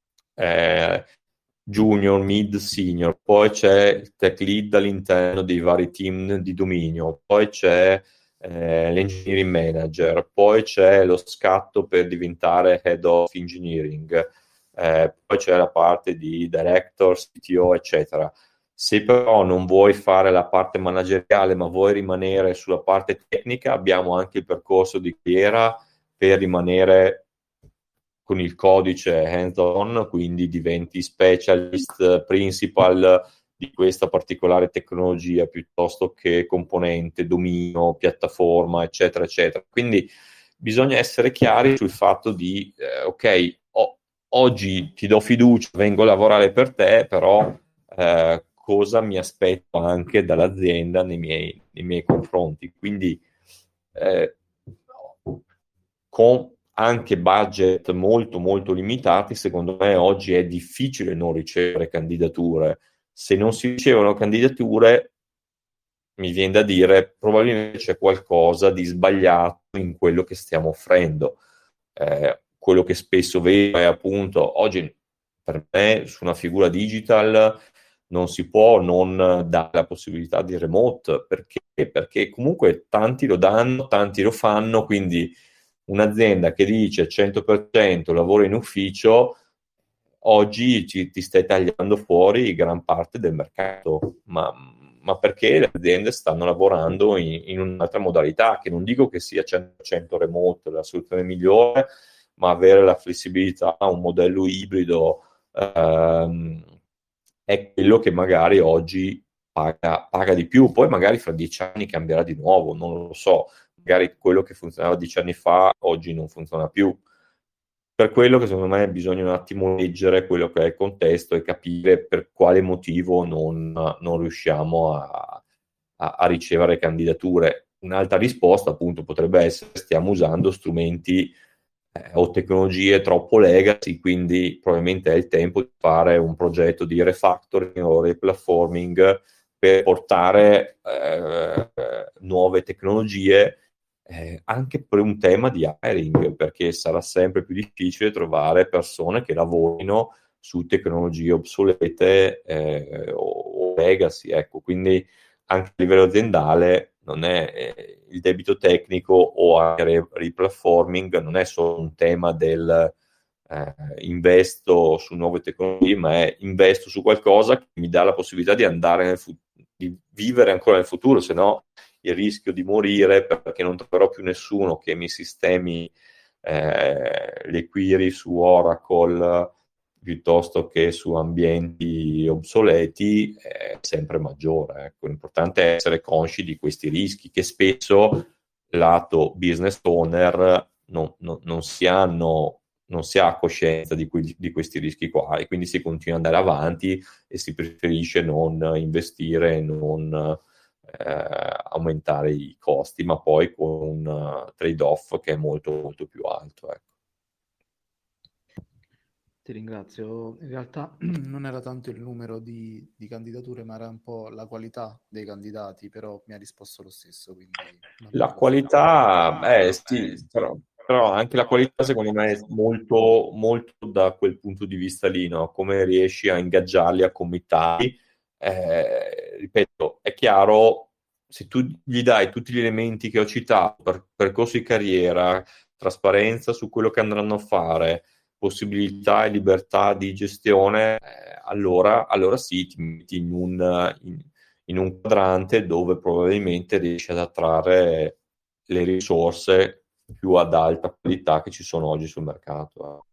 eh, junior, mid, senior, poi c'è il tech lead all'interno dei vari team di dominio, poi c'è eh, l'engineering manager, poi c'è lo scatto per diventare head of engineering, eh, poi c'è la parte di director, C T O, eccetera. Se però non vuoi fare la parte manageriale ma vuoi rimanere sulla parte tecnica, abbiamo anche il percorso di carriera per rimanere con il codice hands-on, quindi diventi specialist, principal, di questa particolare tecnologia piuttosto che componente, dominio, piattaforma, eccetera, eccetera. Quindi bisogna essere chiari sul fatto di, eh, ok, o- oggi ti do fiducia, vengo a lavorare per te, però eh, cosa mi aspetto anche dall'azienda nei miei, nei miei confronti. Quindi eh, con anche budget molto molto limitati, secondo me oggi è difficile non ricevere candidature. Se non si ricevono candidature, mi viene da dire, probabilmente c'è qualcosa di sbagliato in quello che stiamo offrendo. Eh, quello che spesso vedo è appunto, oggi per me su una figura digital non si può non dare la possibilità di remote, perché? Perché comunque tanti lo danno, tanti lo fanno, quindi un'azienda che dice cento per cento lavoro in ufficio, oggi ci, ti stai tagliando fuori gran parte del mercato, ma, ma perché le aziende stanno lavorando in, in un'altra modalità, che non dico che sia cento per cento remote la soluzione migliore, ma avere la flessibilità, un modello ibrido, ehm, è quello che magari oggi paga, paga di più, poi magari fra dieci anni cambierà di nuovo, non lo so, magari quello che funzionava dieci anni fa oggi non funziona più. Per quello che secondo me bisogna un attimo leggere quello che è il contesto e capire per quale motivo non, non riusciamo a, a, a ricevere candidature. Un'altra risposta appunto potrebbe essere stiamo usando strumenti eh, o tecnologie troppo legacy, quindi probabilmente è il tempo di fare un progetto di refactoring o replatforming per portare eh, nuove tecnologie eh, anche per un tema di hiring, perché sarà sempre più difficile trovare persone che lavorino su tecnologie obsolete eh, o, o legacy, ecco, quindi anche a livello aziendale non è eh, il debito tecnico o anche replatforming non è solo un tema del eh, investo su nuove tecnologie, ma è investo su qualcosa che mi dà la possibilità di andare nel futuro, di vivere ancora nel futuro, se no il rischio di morire perché non troverò più nessuno che mi sistemi eh, le query su Oracle piuttosto che su ambienti obsoleti è sempre maggiore. Ecco. L'importante è essere consci di questi rischi che spesso lato business owner non, non, non si hanno non si ha coscienza di, que- di questi rischi qua e quindi si continua ad andare avanti e si preferisce non investire, non eh, aumentare i costi, ma poi con un uh, trade-off che è molto molto più alto. Ecco. Ti ringrazio. In realtà non era tanto il numero di, di candidature, ma era un po' la qualità dei candidati, però mi ha risposto lo stesso. Quindi la qualità, eh sì, però, però anche la qualità secondo me è molto, molto da quel punto di vista lì, no? Come riesci a ingaggiarli, a committarli. Eh, ripeto, è chiaro, se tu gli dai tutti gli elementi che ho citato, per, percorso di carriera, trasparenza su quello che andranno a fare, possibilità e libertà di gestione, eh, allora, allora sì, ti metti in un, in, in un quadrante dove probabilmente riesci ad attrarre le risorse più ad alta qualità che ci sono oggi sul mercato.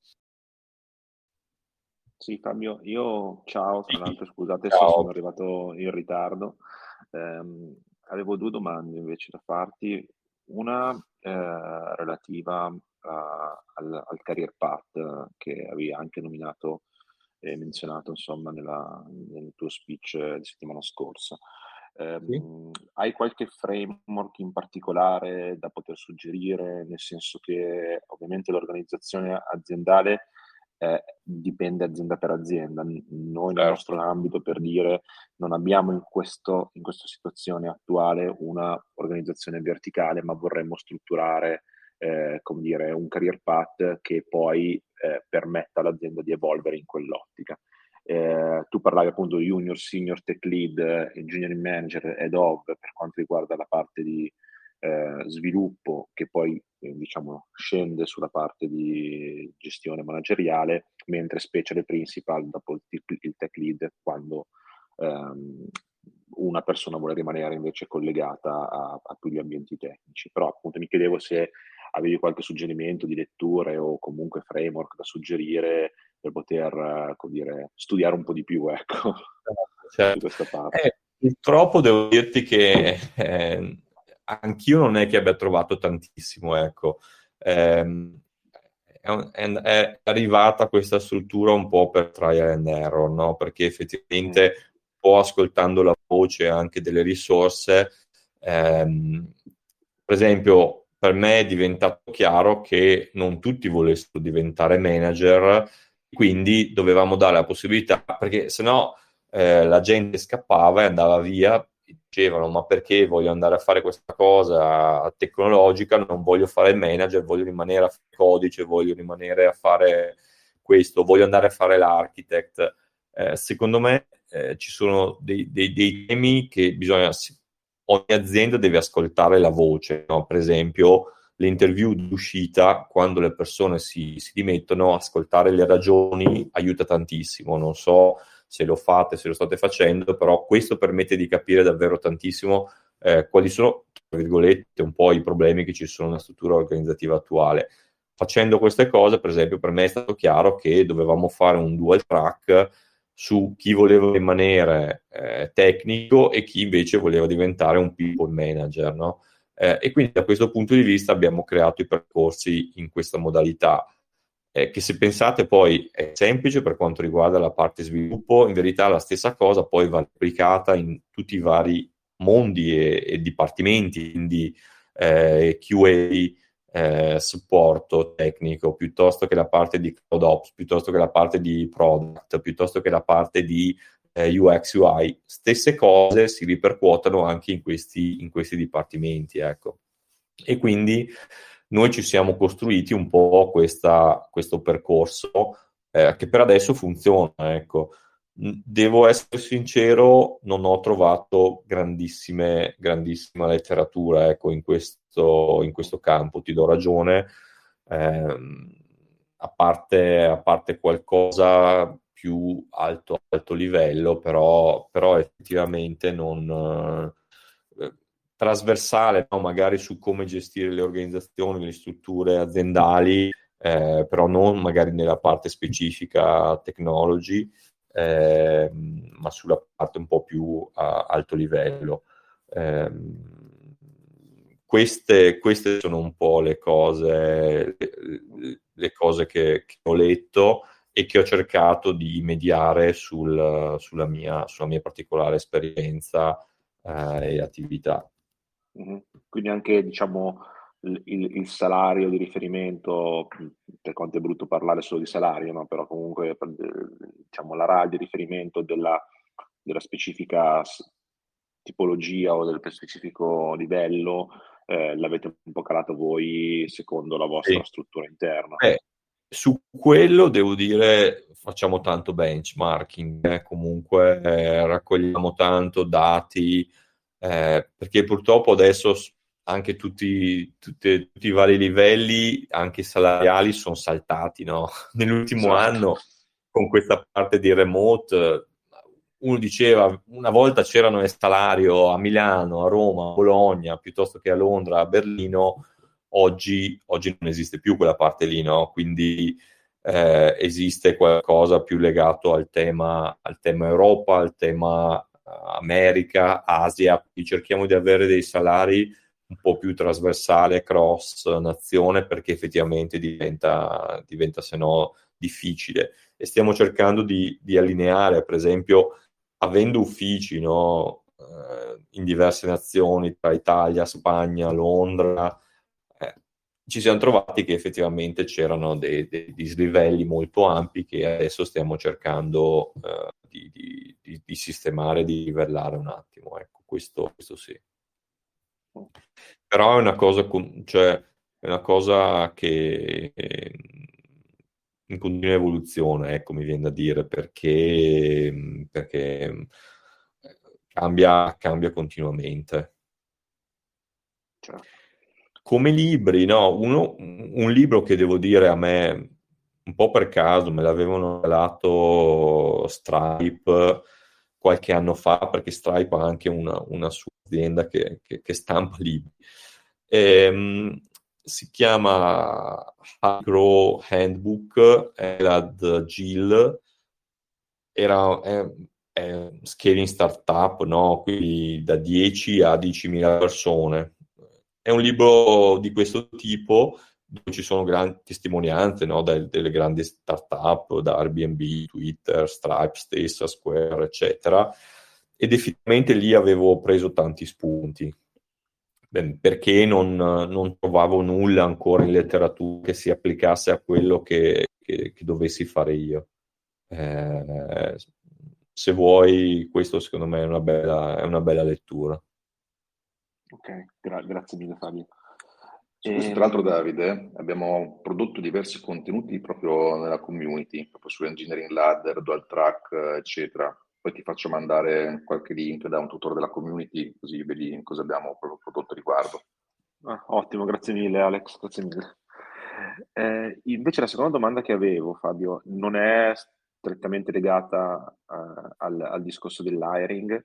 Sì, Fabio, io ciao, tra l'altro scusate se Ciao. sono arrivato in ritardo. Ehm, avevo due domande invece da farti, una eh, relativa a- al, al career path che avevi anche nominato e menzionato insomma nella- nel tuo speech eh, di settimana scorsa. Sì. Ehm, hai qualche framework in particolare da poter suggerire, nel senso che ovviamente l'organizzazione aziendale eh, dipende azienda per azienda. N- Noi nel Certo. nostro ambito, per dire, non abbiamo in questo, in questa situazione attuale una organizzazione verticale, ma vorremmo strutturare, eh, come dire, un career path che poi eh, permetta all'azienda di evolvere in quell'ottica. Eh, tu parlavi appunto di junior, senior, tech lead, engineering manager, head of per quanto riguarda la parte di eh, sviluppo che poi eh, diciamo scende sulla parte di gestione manageriale, mentre special e principal dopo il, il tech lead quando ehm, una persona vuole rimanere invece collegata a, a più gli ambienti tecnici. Però appunto mi chiedevo se avevi qualche suggerimento di letture o comunque framework da suggerire per poter eh, come dire, studiare un po' di più, ecco. certo. questa parte. Eh, purtroppo devo dirti che eh, anch'io non è che abbia trovato tantissimo, ecco. Eh, è, è, è arrivata questa struttura un po' per trial and error, no? Perché effettivamente mm. un po' ascoltando la voce anche delle risorse, ehm, per esempio per me è diventato chiaro che non tutti volessero diventare manager, quindi dovevamo dare la possibilità, perché sennò eh, la gente scappava e andava via, dicevano ma perché voglio andare a fare questa cosa tecnologica, non voglio fare il manager, voglio rimanere a fare codice, voglio rimanere a fare questo, voglio andare a fare l'architect. Eh, secondo me eh, ci sono dei, dei, dei temi che bisogna, ogni azienda deve ascoltare la voce, no? Per esempio l'interview d'uscita, quando le persone si, si dimettono, ascoltare le ragioni aiuta tantissimo. Non so se lo fate, se lo state facendo, però questo permette di capire davvero tantissimo eh, quali sono, tra virgolette, un po' i problemi che ci sono nella struttura organizzativa attuale. Facendo queste cose, per esempio, per me è stato chiaro che dovevamo fare un dual track su chi voleva rimanere eh, tecnico e chi invece voleva diventare un people manager, no? Eh, e quindi da questo punto di vista abbiamo creato i percorsi in questa modalità, eh, che se pensate poi è semplice per quanto riguarda la parte sviluppo, in verità la stessa cosa poi va applicata in tutti i vari mondi e, e dipartimenti, quindi eh, Q A, eh, supporto tecnico, piuttosto che la parte di cloud ops, piuttosto che la parte di product, piuttosto che la parte di eh, U X U I, stesse cose si ripercuotono anche in questi, in questi dipartimenti, ecco. E quindi noi ci siamo costruiti un po' questa, questo percorso eh, che per adesso funziona, ecco. Devo essere sincero, non ho trovato grandissime, grandissima letteratura, ecco, in questo, in questo campo, ti do ragione, eh, a parte, a parte qualcosa più alto, alto livello, però, però effettivamente non... Eh, trasversale, no? Magari su come gestire le organizzazioni, le strutture aziendali, eh, però non magari nella parte specifica technology, eh, ma sulla parte un po' più a alto livello. Eh, queste, queste sono un po' le cose, le, le cose che, che ho letto e che ho cercato di mediare sul, sulla, mia, sulla mia particolare esperienza eh, e attività. Mm-hmm. Quindi anche, diciamo, il, il salario di riferimento, per quanto è brutto parlare solo di salario, no? Però comunque, diciamo, la R A di riferimento della, della specifica tipologia o del specifico livello, eh, l'avete un po' calato voi secondo la vostra sì. struttura interna. Beh, su quello devo dire facciamo tanto benchmarking, eh? Comunque eh, raccogliamo tanto dati, eh, perché purtroppo adesso anche tutti, tutti, tutti i vari livelli, anche salariali, sono saltati, no? Nell'ultimo esatto. anno, con questa parte di remote, uno diceva, una volta c'erano il salario a Milano, a Roma, a Bologna, piuttosto che a Londra, a Berlino, oggi, oggi non esiste più quella parte lì, no? Quindi eh, esiste qualcosa più legato al tema, al tema Europa, al tema America, Asia, quindi cerchiamo di avere dei salari un po' più trasversale, cross nazione, perché effettivamente diventa, diventa se no difficile. E stiamo cercando di, di allineare, per esempio, avendo uffici, no, eh, in diverse nazioni, tra Italia, Spagna, Londra, eh, ci siamo trovati che effettivamente c'erano dei, dei dislivelli molto ampi che adesso stiamo cercando eh, di, di, di, di sistemare, di livellare un attimo. Ecco, questo, questo sì. Però è una cosa, cioè, è una cosa che è in continua evoluzione, ecco, mi viene da dire, perché, perché cambia, cambia continuamente. Certo. Come libri, no? Uno, un libro che devo dire a me, un po' per caso, me l'avevano regalato Stripe qualche anno fa, perché Stripe ha anche una, una sua azienda che, che, che stampa libri. E, si chiama High Growth Handbook, è la Gill, era, è, è scaling startup, no? Quindi da dieci a diecimila persone. È un libro di questo tipo dove ci sono grandi testimonianze, no? Del, delle grandi startup, da Airbnb, Twitter, Stripe stessa, Square, eccetera. Ed effettivamente lì avevo preso tanti spunti, Beh, perché non, non trovavo nulla ancora in letteratura che si applicasse a quello che, che, che dovessi fare io. Eh, se vuoi, questo secondo me è una bella, è una bella lettura. Ok, gra- grazie mille Fabio. Su questo, tra l'altro, Davide, abbiamo prodotto diversi contenuti proprio nella community, proprio su Engineering Ladder, Dual Track, eccetera. Poi ti faccio mandare qualche link da un tutore della community, così vedi cosa abbiamo proprio prodotto riguardo. Ah, ottimo, grazie mille Alex, grazie mille. Eh, invece la seconda domanda che avevo, Fabio, non è strettamente legata eh, al, al discorso dell'hiring,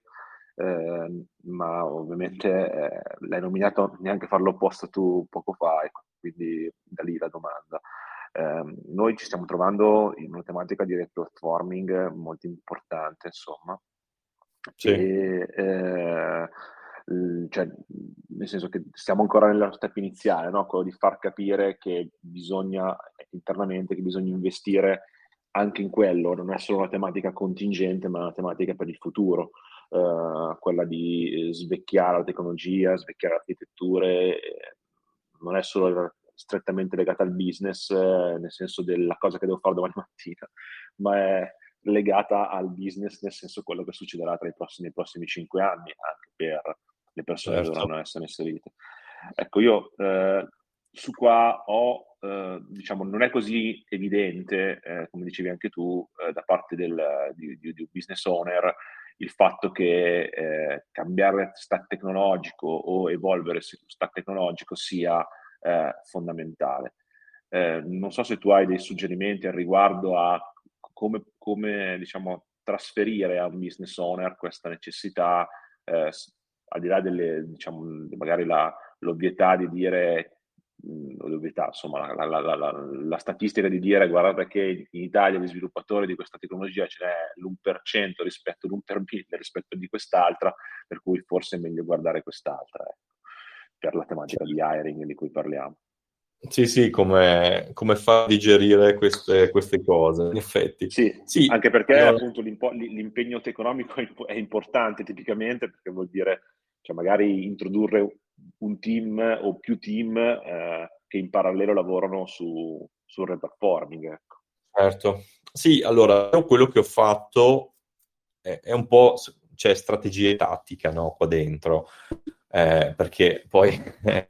eh, ma ovviamente eh, l'hai nominato neanche farlo apposta tu poco fa, ecco, quindi da lì la domanda. Eh, noi ci stiamo trovando in una tematica di replatforming molto importante, insomma, Sì. e eh, l- cioè, nel senso che siamo ancora nello step iniziale, no? Quello di far capire che bisogna internamente, che bisogna investire anche in quello, non è solo una tematica contingente, ma una tematica per il futuro, eh, quella di eh, svecchiare la tecnologia, svecchiare le architetture, eh, non è solo strettamente legata al business, eh, nel senso della cosa che devo fare domani mattina, ma è legata al business, nel senso quello che succederà tra i prossimi, nei prossimi cinque anni, anche per le persone Certo. che dovranno essere inserite. Ecco, io eh, su qua ho, eh, diciamo, non è così evidente, eh, come dicevi anche tu, eh, da parte del, di, di, di un business owner, il fatto che eh, cambiare stack tecnologico o evolvere su stack tecnologico sia eh, fondamentale. Eh, non so se tu hai dei suggerimenti al riguardo a come, come diciamo, trasferire a un business owner questa necessità, eh, al di là delle, diciamo, magari la, l'ovvietà di dire, mh, l'ovvietà, insomma, la, la, la, la, la statistica di dire guardate che in Italia gli sviluppatori di questa tecnologia ce n'è l'uno per cento rispetto all'uno per mille rispetto di quest'altra, per cui forse è meglio guardare quest'altra, ecco, per la tematica di hiring di cui parliamo. Sì, sì, come, come fa a digerire queste, queste cose, in effetti. Sì, Sì, anche perché allora, appunto l'impegno economico è importante tipicamente, perché vuol dire, cioè, magari introdurre un team o più team eh, che in parallelo lavorano su, sul replatforming. Ecco. certo. Sì, allora, io quello che ho fatto è, è un po', c'è strategia e tattica, no, qua dentro, eh, perché poi eh,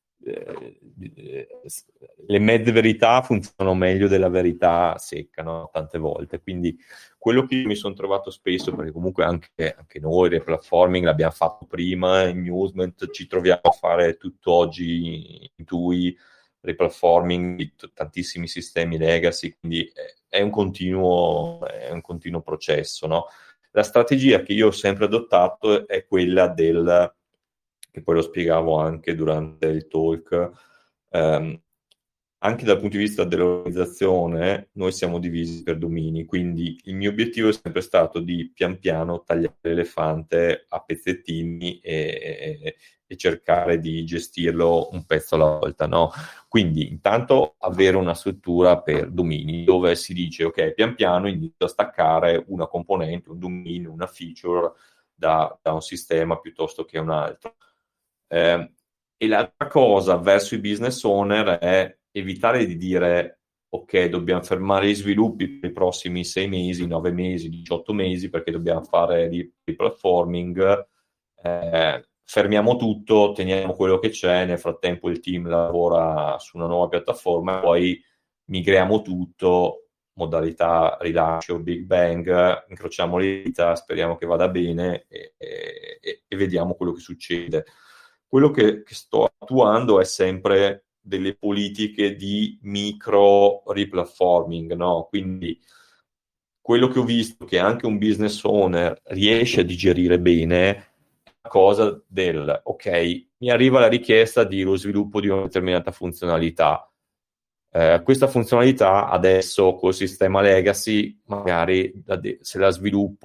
eh, le mezze verità funzionano meglio della verità secca, no? Tante volte. Quindi quello che mi sono trovato spesso, perché comunque anche, anche noi, replatforming, l'abbiamo fatto prima, in Newsment ci troviamo a fare tutto oggi in T U I, replatforming di t- tantissimi sistemi legacy, quindi è, è un continuo, è un continuo processo, no? La strategia che io ho sempre adottato è quella del, che poi lo spiegavo anche durante il talk, ehm, anche dal punto di vista dell'organizzazione, noi siamo divisi per domini, quindi il mio obiettivo è sempre stato di pian piano tagliare l'elefante a pezzettini e, e, e cercare di gestirlo un pezzo alla volta, no? Quindi intanto avere una struttura per domini dove si dice ok, pian piano inizio a staccare una componente, un dominio, una feature da, da un sistema piuttosto che un altro. Eh, e l'altra cosa verso i business owner è evitare di dire ok, dobbiamo fermare gli sviluppi per i prossimi sei mesi, nove mesi, diciotto mesi perché dobbiamo fare di platforming, eh, fermiamo tutto, teniamo quello che c'è, nel frattempo il team lavora su una nuova piattaforma e poi migriamo tutto, modalità rilascio, Big Bang, incrociamo le dita, speriamo che vada bene e, e, e vediamo quello che succede. Quello che, che sto attuando è sempre delle politiche di micro replatforming, no? Quindi quello che ho visto che anche un business owner riesce a digerire bene è la cosa del ok, mi arriva la richiesta di lo sviluppo di una determinata funzionalità. Eh, questa funzionalità adesso col sistema legacy magari se la sviluppo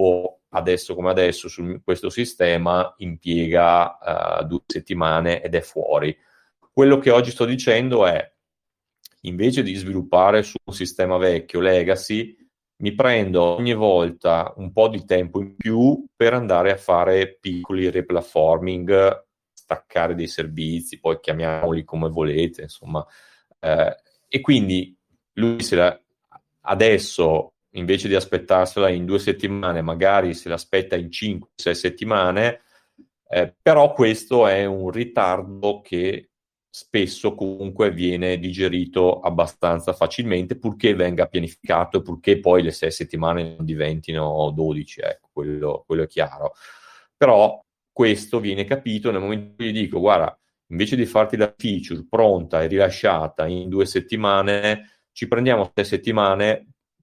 adesso come adesso su questo sistema impiega uh, due settimane ed è fuori. Quello che oggi sto dicendo è, invece di sviluppare su un sistema vecchio, legacy, mi prendo ogni volta un po' di tempo in più per andare a fare piccoli replatforming, staccare dei servizi, poi chiamiamoli come volete, insomma. Eh, e quindi lui se la, adesso, invece di aspettarsela in due settimane, magari se l'aspetta in cinque sei settimane, eh, però questo è un ritardo che spesso comunque viene digerito abbastanza facilmente, purché venga pianificato e purché poi le sei settimane non diventino dodici, ecco, quello, quello è chiaro. Però questo viene capito nel momento in cui gli dico, guarda, invece di farti la feature pronta e rilasciata in due settimane, ci prendiamo sei settimane,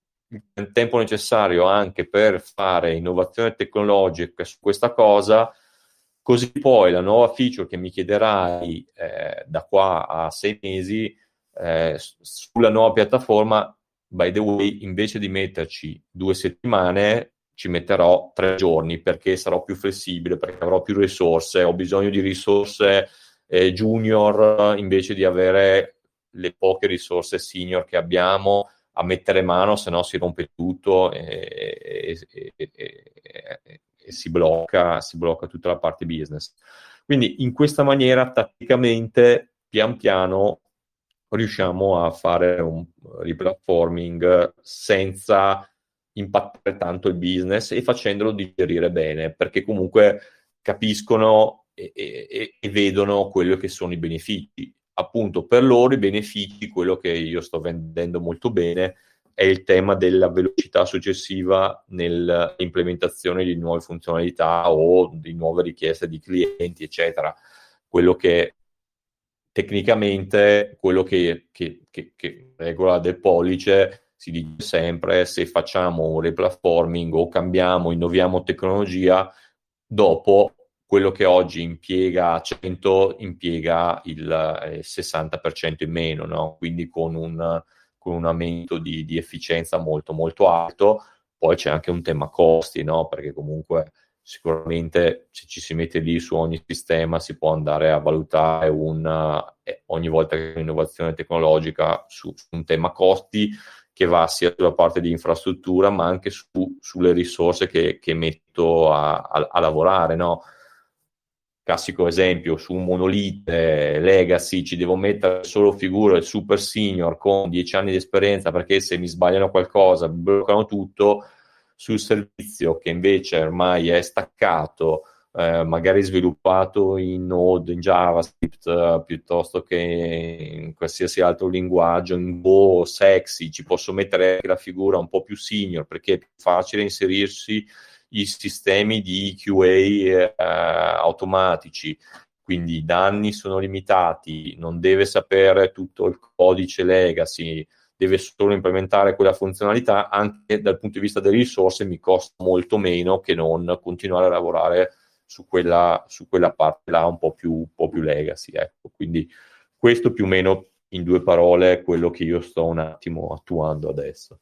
il tempo necessario anche per fare innovazione tecnologica su questa cosa, così poi la nuova feature che mi chiederai eh, da qua a sei mesi eh, sulla nuova piattaforma, by the way, invece di metterci due settimane, ci metterò tre giorni perché sarò più flessibile, perché avrò più risorse, ho bisogno di risorse eh, junior invece di avere le poche risorse senior che abbiamo a mettere mano, se no si rompe tutto e, e, e, e, e si blocca, si blocca tutta la parte business. Quindi in questa maniera tatticamente pian piano riusciamo a fare un replatforming senza impattare tanto il business e facendolo digerire bene, perché comunque capiscono e, e, e vedono quello che sono i benefici. Appunto, per loro i benefici, quello che io sto vendendo molto bene, è il tema della velocità successiva nell'implementazione di nuove funzionalità o di nuove richieste di clienti, eccetera. Quello che tecnicamente, quello che, che, che, che regola del pollice, si dice sempre, se facciamo un replatforming o cambiamo, innoviamo tecnologia, dopo quello che oggi impiega cento impiega il, il sessanta per cento in meno, no? Quindi con un, con un aumento di, di efficienza molto molto alto. Poi c'è anche un tema costi, no? Perché comunque sicuramente se ci si mette lì su ogni sistema si può andare a valutare una, eh, ogni volta che c'è un'innovazione tecnologica su, su un tema costi che va sia sulla parte di infrastruttura ma anche su, sulle risorse che, che metto a, a, a lavorare, no? Classico esempio, su un monolite legacy ci devo mettere solo figure super senior con dieci anni di esperienza perché se mi sbagliano qualcosa bloccano tutto. Sul servizio che invece ormai è staccato, eh, magari sviluppato in Node, in JavaScript, eh, piuttosto che in qualsiasi altro linguaggio, in Go, sexy, ci posso mettere anche la figura un po' più senior perché è più facile inserirsi i sistemi di Q A eh, automatici, quindi i danni sono limitati, non deve sapere tutto il codice legacy, deve solo implementare quella funzionalità. Anche dal punto di vista delle risorse mi costa molto meno che non continuare a lavorare su quella, su quella parte là un po' più, un po' più legacy, ecco. Quindi questo più o meno in due parole è quello che io sto un attimo attuando adesso.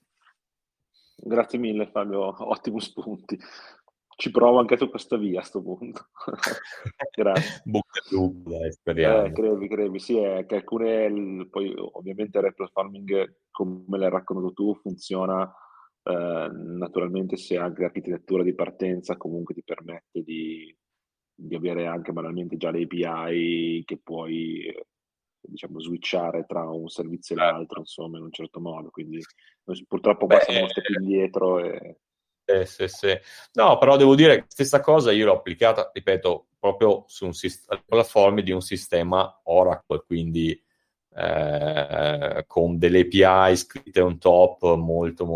Grazie mille Fabio, ottimi spunti. Ci provo anche su questa via a sto punto. Grazie. Bocca al lupo, dai, speriamo. Eh, crepi, crepi, sì, è che alcune, poi ovviamente il replatforming, come l'hai raccontato tu, funziona eh, naturalmente se anche l'architettura di partenza comunque ti permette di, di avere anche banalmente già le A P I che puoi, eh, diciamo, switchare tra un servizio e l'altro, insomma, in un certo modo. Quindi noi purtroppo qua Beh, siamo uno step indietro e... Eh, sì, sì. No, però devo dire che stessa cosa io l'ho applicata, ripeto, proprio su un sistema, piattaforme di un sistema Oracle, quindi eh, con delle A P I scritte on top molto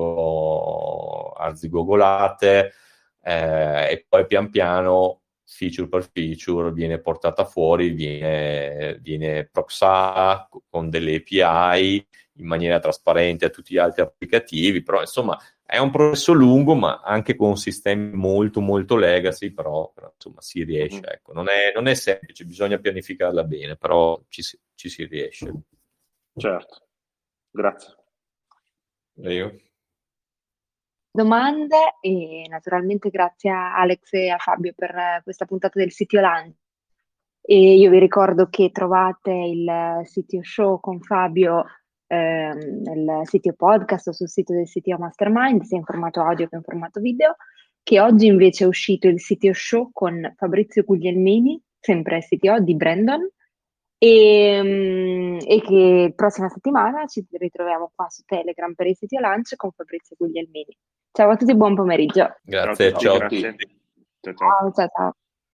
molto arzigogolate, eh, e poi pian piano, feature per feature, viene portata fuori, viene, viene proxata con delle A P I in maniera trasparente a tutti gli altri applicativi, però insomma è un processo lungo, ma anche con sistemi molto, molto legacy, però, però insomma si riesce. Mm-hmm. Ecco. Non è, non è semplice, bisogna pianificarla bene, però ci si, ci si riesce. Certo, grazie. Prego. domande e naturalmente grazie a Alex e a Fabio per eh, questa puntata del Sitio Lunch. E io vi ricordo che trovate il Sitio Show con Fabio ehm, nel sito podcast o sul sito del Sitio Mastermind, sia in formato audio che in formato video, che oggi invece è uscito il Sitio Show con Fabrizio Guglielmini, sempre S T O di Brandon, e, mm, e che prossima settimana ci ritroviamo qua su Telegram per il Sitio Lunch con Fabrizio Guglielmini. Ciao a tutti, buon pomeriggio. Grazie, Ciao a tutti, ciao. grazie. Ciao, ciao. Ciao, ciao, ciao.